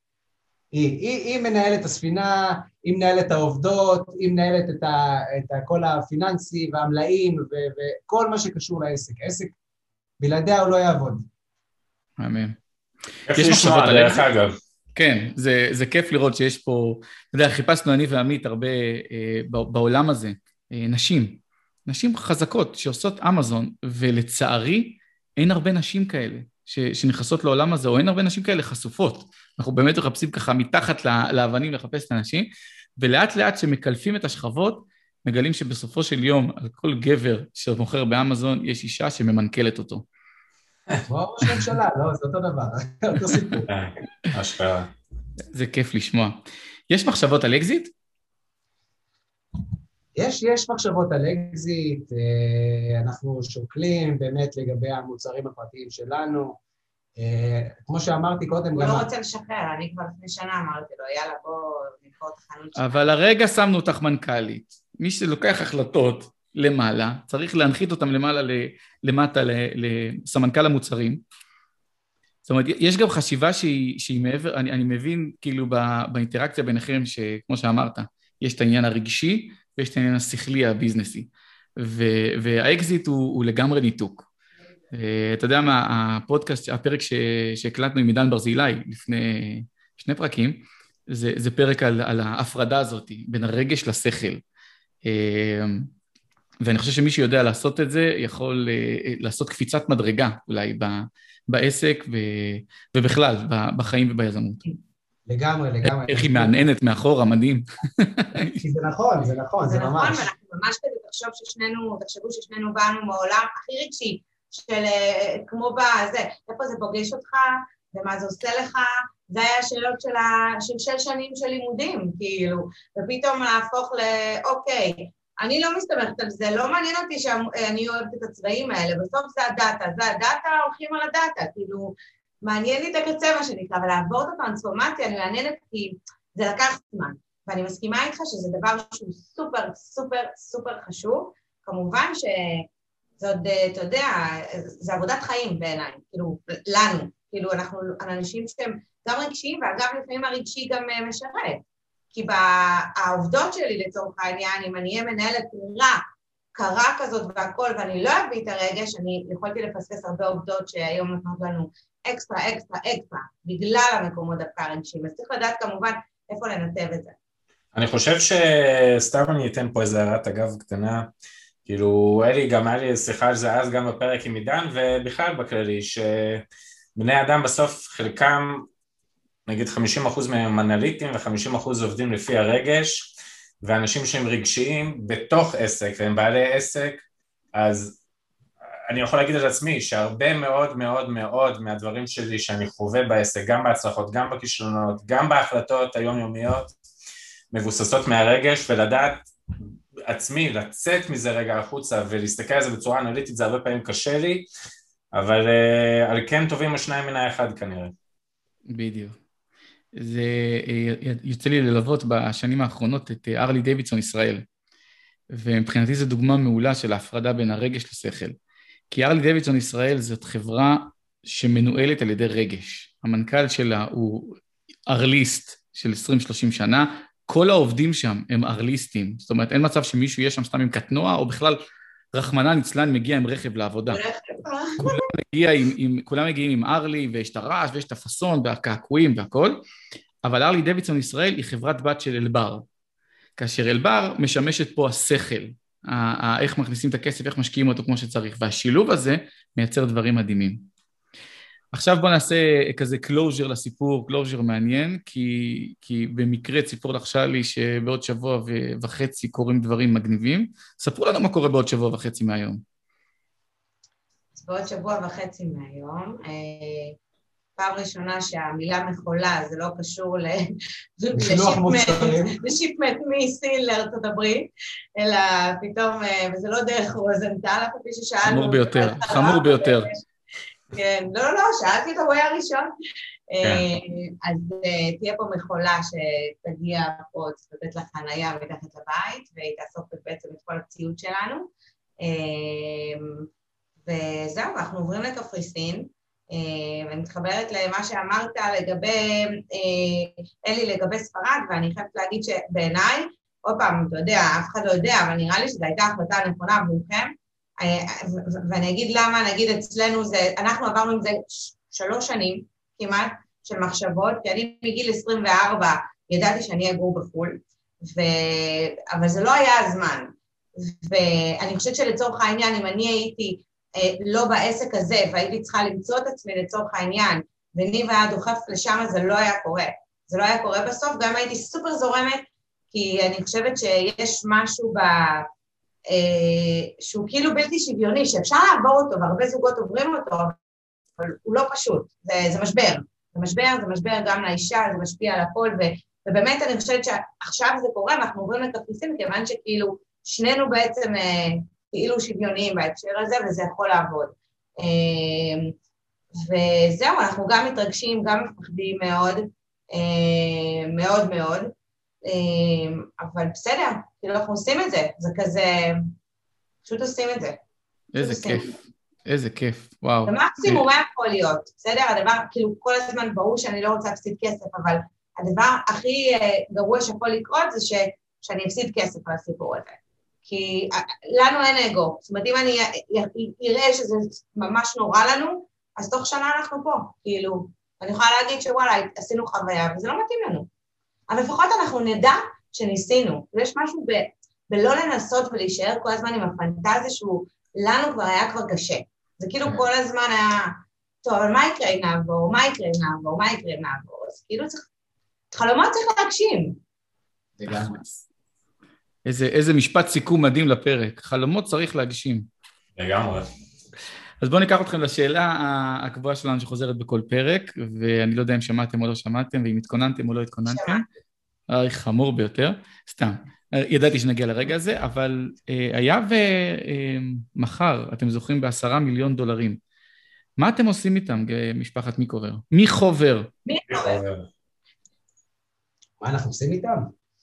היא מנהלת הספינה, היא מנהלת העובדות, היא מנהלת את כל הפיננסי והמלאים וכל מה שקשור לעסק. העסק בלעדיה הוא לא יעבוד. אמן. יש לשמוע, דרך אגב. כן, זה כיף לראות שיש פה, אתה יודע, חיפשנו אני ועמית הרבה בעולם הזה, נשים חזקות שעושות אמזון, ולצערי אין הרבה נשים כאלה שנכנסות לעולם הזה, או אין הרבה נשים כאלה חשופות. אנחנו באמת מחפשים ככה מתחת לאבנים לחפש את הנשים, ולאט לאט שמקלפים את השכבות, מגלים שבסופו של יום, על כל גבר שמוכר באמזון, יש אישה שממנכלת אותו. כמו ראש ממשלה, לא, זה אותו דבר, אותו סיפור. אשכרה. זה כיף לשמוע. יש מחשבות על אקזיט? יש מחשבות על אקזיט, אנחנו שוקלים באמת לגבי המוצרים הפרטיים שלנו. כמו שאמרתי קודם, הוא לא רוצה לשחרר, אני כבר לפני שנה אמרתי לו, יאללה בוא נקרוא את החנות שלנו. אבל הרגע שמנו אותך מנכ"לית. מי שלוקח החלטות למעלה, צריך להנחית אותם למטה לסמנכ"ל המוצרים. זאת אומרת, יש גם חשיבה שהיא מעבר, אני מבין כאילו באינטראקציה ביניכם, שכמו שאמרת, יש את העניין הרגשי, ויש את העניין השכלי הביזנסי. והאקזיט הוא לגמרי ניתוק. אתה יודע מה, הפודקאסט, הפרק שהקלטנו עם עידן ברזילי לפני 2 פרקים, זה פרק על ההפרדה הזאת, בין הרגש לשכל. ואני חושב שמי שיודע לעשות את זה, יכול לעשות קפיצת מדרגה אולי בעסק ובכלל, בחיים וביזמות. לגמרי. איך היא מעננת מאחורה, מדהים. כי זה נכון, זה ממש. זה נכון, ואנחנו ממש כדי תחשבו ששנינו באנו מעולם הכי רגשי, של כמו בזה, איפה זה פוגש אותך, ומה זה עושה לך, זה היה שאלות של 6 שנים של לימודים, כאילו, ופתאום להפוך אוקיי, אני לא מסתמכת על זה, לא מעניין אותי שאני אוהבת את הצבעים האלה, בסוף זה הדאטה, הולכים על הדאטה, כאילו, מעניין לי את הקצה מה שנקרא, ולעבור את הטרנספורמציה, אני מעניינת כי זה לקח זמן, ואני מסכימה איתך שזה דבר שהוא סופר, סופר, סופר חשוב, כמובן שזה עוד, אתה יודע, זה עבודת חיים בעיניי, כאילו, לנו, כאילו, אנחנו אנשים שהם גם רגשיים, ואגב, לפעמים הרגשי גם משרת, כי העובדות שלי לצורך העניין, אם אני אהיה מנהלת קרה כזאת והכל, ואני לא אביא את הרגש, אני יכולתי לפספס הרבה עובדות שהיום נותנות לנו אקסטרה, בגלל המקומות דווקא הרגשיים. אז צריך לדעת כמובן איפה לנתב את זה. אני חושב שסתם אני אתן פה איזה הערת אגב קטנה, כאילו אלי גם היה לי שיחה על זה אז גם בפרק עם עידן, ובכלל בכללי, שבני אדם בסוף חלקם, נגיד 50% מהם אנליטים ו50% עובדים לפי הרגש, ואנשים שהם רגשיים בתוך עסק, והם בעלי עסק, אז אני יכול להגיד על עצמי שהרבה מאוד מאוד מאוד מהדברים שלי שאני חווה בעסק, גם בהצלחות, גם בכישלונות, גם בהחלטות היומיומיות, מבוססות מהרגש, ולדעת עצמי, לצאת מזה רגע החוצה, ולהסתכל על זה בצורה אנליטית, זה הרבה פעמים קשה לי, אבל על כן טובים השניים מן האחד כנראה. בדיוק. זה יוצא לי ללוות בשנים האחרונות את ארלי דיווידסון ישראל, ומבחינתי זו דוגמה מעולה של ההפרדה בין הרגש לשכל, כי ארלי דיווידסון ישראל זאת חברה שמנוהלת על ידי רגש, המנכ"ל שלה הוא ארליסט של 20-30 שנה, כל העובדים שם הם ארליסטים, זאת אומרת אין מצב שמישהו יהיה שם סתם עם קטנוע, או בכלל רחמנא ליצלן מגיע עם רכב לעבודה. כולם מגיעים עם ארלי, ויש את הרעש, ויש את הפסון, והקעקועים והכל, אבל ארלי דיווידסון ישראל היא חברת בת של אלבר, כאשר אלבר משמשת פה השכל, איך מכניסים את הכסף, איך משקיעים אותו כמו שצריך, והשילוב הזה מייצר דברים מדהימים. עכשיו בוא נעשה כזה קלוז'ר לסיפור, קלוז'ר מעניין, כי במקרה ציפור לחשה לי שבעוד 1.5 שבוע קורים דברים מגניבים. ספרו לנו מה קורה בעוד 1.5 שבוע מהיום. בעוד 1.5 שבוע מהיום, פעם ראשונה שהמילה מחולה זה לא קשור לשיפמנט מסין לארצות הברית, אלא פתאום, וזה לא דרך רוזנטל, אף פעם ששאלנו. חמור ביותר. כן, לא, שאלתי אותו, הוא היה ראשון. אז תהיה פה מחולה שתגיע פה, תתת לך חנייה מתחת לבית, והיא תאסוף בעצם את כל הציוד שלנו. וזהו, אנחנו עוברים לקפריסין, ואני מתחברת למה שאמרת לגבי, אלי לגבי ספרד, ואני חייבת להגיד שבעיניי, עוד פעם, אתה יודע, אף אחד לא יודע, אבל נראה לי שזו הייתה החלטה נכונה עבורכם, ואני אגיד למה, נגיד אצלנו זה, אנחנו עברנו עם זה 3 שנים כמעט של מחשבות, כי אני מגיל 24 ידעתי שאני אגור בחו"ל, אבל זה לא היה הזמן, ואני חושבת שלצורך העניין, אם אני הייתי לא בעסק הזה, והייתי צריכה למצוא את עצמי לצורך העניין, וניב היה דוחף לשם, זה לא היה קורה. זה לא היה קורה בסוף, גם הייתי סופר זורמת, כי אני חושבת שיש משהו שהוא כאילו בלתי שוויוני, שאפשר לעבור אותו, והרבה זוגות עוברים אותו, אבל הוא לא פשוט, זה משבר. זה משבר גם לאישה, זה משפיע על הכל, ובאמת אני חושבת שעכשיו זה קורה, אנחנו עוברים לקפריסין, כיוון שכאילו שנינו בעצם כאילו שוויוניים בהקשר הזה, וזה יכול לעבוד. וזהו, אנחנו גם מתרגשים, גם מפחדים מאוד, מאוד מאוד, אבל בסדר, כאילו אנחנו עושים את זה, זה כזה, פשוט עושים את זה. איזה כיף, איזה כיף, וואו. ומקסימום מה יכול להיות, בסדר? הדבר, כאילו כל הזמן ברור שאני לא רוצה להפסיד כסף, אבל הדבר הכי גרוע שיכול לקרות זה שאני אפסיד כסף על הסיפור הזה. כי לנו אין אגו, זאת אומרת, אם אני אראה שזה ממש נורא לנו, אז תוך שנה אנחנו פה, כאילו, אני יכולה להגיד שוואלה, עשינו חוויה, וזה לא מתאים לנו. אבל לפחות אנחנו נדע שניסינו, ויש משהו בלא לנסות ולהישאר כל הזמן עם הפנטזיה שהוא, לנו כבר היה כבר קשה. זה כאילו כל הזמן היה, טוב, אבל מה יקרה אם נעבור, מה יקרה אם נעבור, מה יקרה אם נעבור, אז כאילו חלומות צריך להגשים. לגמרי. איזה משפט סיכום מדהים לפרק, חלומות צריך להגשים. לגמרי. אז בואו ניקח אתכם לשאלה הקבועה שלנו שחוזרת בכל פרק, ואני לא יודע אם שמעתם או לא שמעתם, ואם התכוננתם או לא התכוננתם. חמור ביותר, סתם. ידעתי שנגיע לרגע הזה, אבל היה ומחר, אתם זוכרים ב$10 מיליון, מה אתם עושים איתם, משפחת מיקובר? מי חובר? מה אנחנו עושים איתם?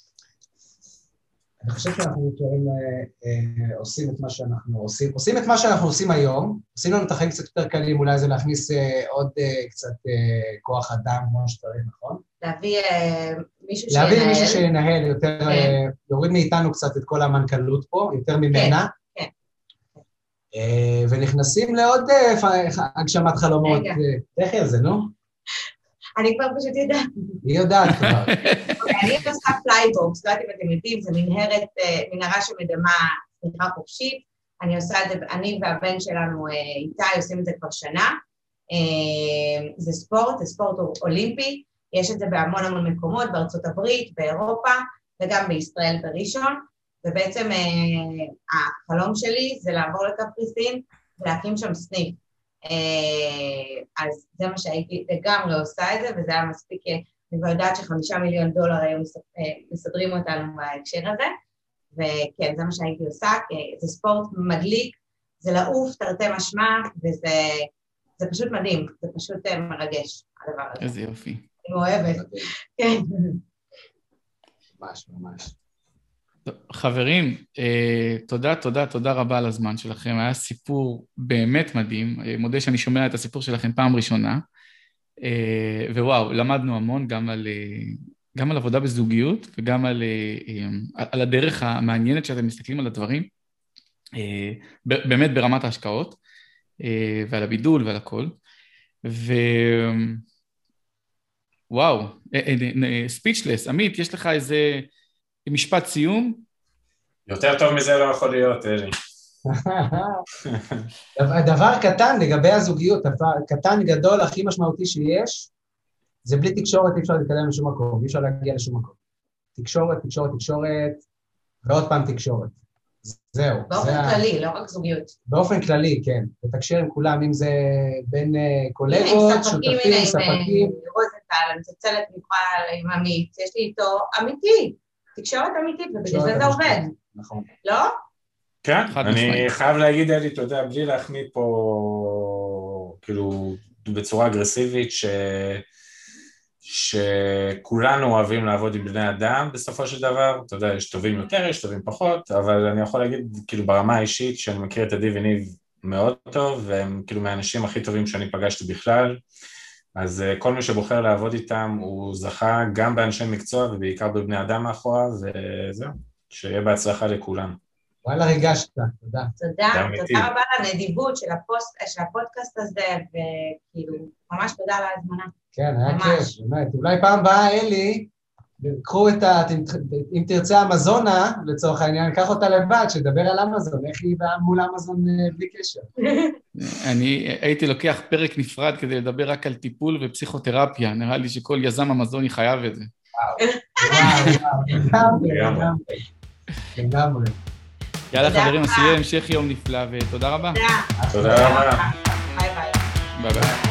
אני חושב שאנחנו עושים את מה שאנחנו עושים את מה שאנחנו עושים היום, עושים לנו את החיים קצת יותר קלים, אולי זה להכניס עוד קצת כוח אדם, כמו שצריך, נכון? להביא מישהו שינהל. להביא מישהו שינהל, יותר, יוריד מאיתנו קצת את כל המנכ"לות פה, יותר ממנה. כן. ונכנסים לעוד הגשמת חלומות. תכף על זה, נו? אני כבר פשוט יודעת. היא יודעת כבר. אני עושה פלייבוקס, לא יודעת אם אתם יודעים, זה מנהרה שמדמה תמיכה חופשית, אני עושה את זה, אני והבן שלנו איתי עושים את זה כבר שנה, זה ספורט אולימפי, יש את זה בהמון מקומות, בארצות הברית, באירופה, וגם בישראל בראשון, ובעצם החלום שלי זה לעבור לקפריסין ולהקים שם סניף. אז זה מה שהייתי לגמרי עושה את זה, וזה היה מספיק, אני כבר יודעת ש$5 מיליון היו מסדרים אותנו בהקשר הזה, וכן, זה מה שהייתי עושה, זה ספורט מדליק, זה לעוף תרתי משמע, וזה פשוט מדהים, זה פשוט מרגש, הדבר הזה. איזה יופי. אני אוהבת. כן. ממש. חברים, תודה רבה על הזמן שלכם, היה סיפור באמת מדהים, מודה שאני שומע את הסיפור שלכם פעם ראשונה, ווואו, למדנו המון גם על עבודה בזוגיות, וגם על הדרך המעניינת שאתם מסתכלים על הדברים, באמת ברמת ההשקעות, ועל הבידול ועל הכל, וואו, ספיצ'לס, עמית, יש לך איזה משפט סיום? יותר טוב מזה לא יכול להיות, אלי. דבר קטן לגבי הזוגיות, קטן גדול, הכי משמעותי שיש, זה בלי תקשורת אי אפשר להתקדם לשום מקום, אי אפשר להגיע לשום מקום. תקשורת, ועוד פעם תקשורת. זהו. באופן כללי, לא רק זוגיות. באופן כללי, כן. לתקשר עם כולם, אם זה בין קולגות, שותפים, ספקים. רוזנטל, אני מצלצלת מיוחד עם עמית, יש לי איתו אמיתי, תקשורת אמיתית, ובגלל זה עובד. נכון. לא? כן, אני חייב להגיד, אלי, אתה יודע, בלי להחמיא פה, כאילו, בצורה אגרסיבית, שכולנו אוהבים לעבוד עם בני אדם בסופו של דבר, אתה יודע, יש טובים יותר, יש טובים פחות, אבל אני יכול להגיד, כאילו, ברמה האישית, שאני מכיר את עדי וניב מאוד טוב, והם כאילו מהאנשים הכי טובים שאני פגשתי בכלל, אז כל מי שבוחר לעבוד איתם, הוא זכה גם באנשי מקצוע, ובעיקר בבני אדם מאחוריו, וזהו, שיהיה בהצלחה לכולם. וואלה, ריגשת, תודה. תודה רבה על הנדיבות של הפודקאסט הזה, וכאילו, ממש תודה על ההזמנה. כן, היה כיף, באמת. אולי פעם באה, אלי, קחו אם תרצה אמזונה, לצורך העניין, קח אותה לבד, שדבר על אמזון, איך היא באה מול אמזון בלי קשר. אני הייתי לוקח פרק נפרד כדי לדבר רק על טיפול ופסיכותרפיה, נראה לי שכל יזם אמזוני חייב את זה. וואו, לגמרי. יאללה חברים, עשייה המשך יום נפלא, ותודה רבה. תודה רבה. ביי ביי. ביי ביי.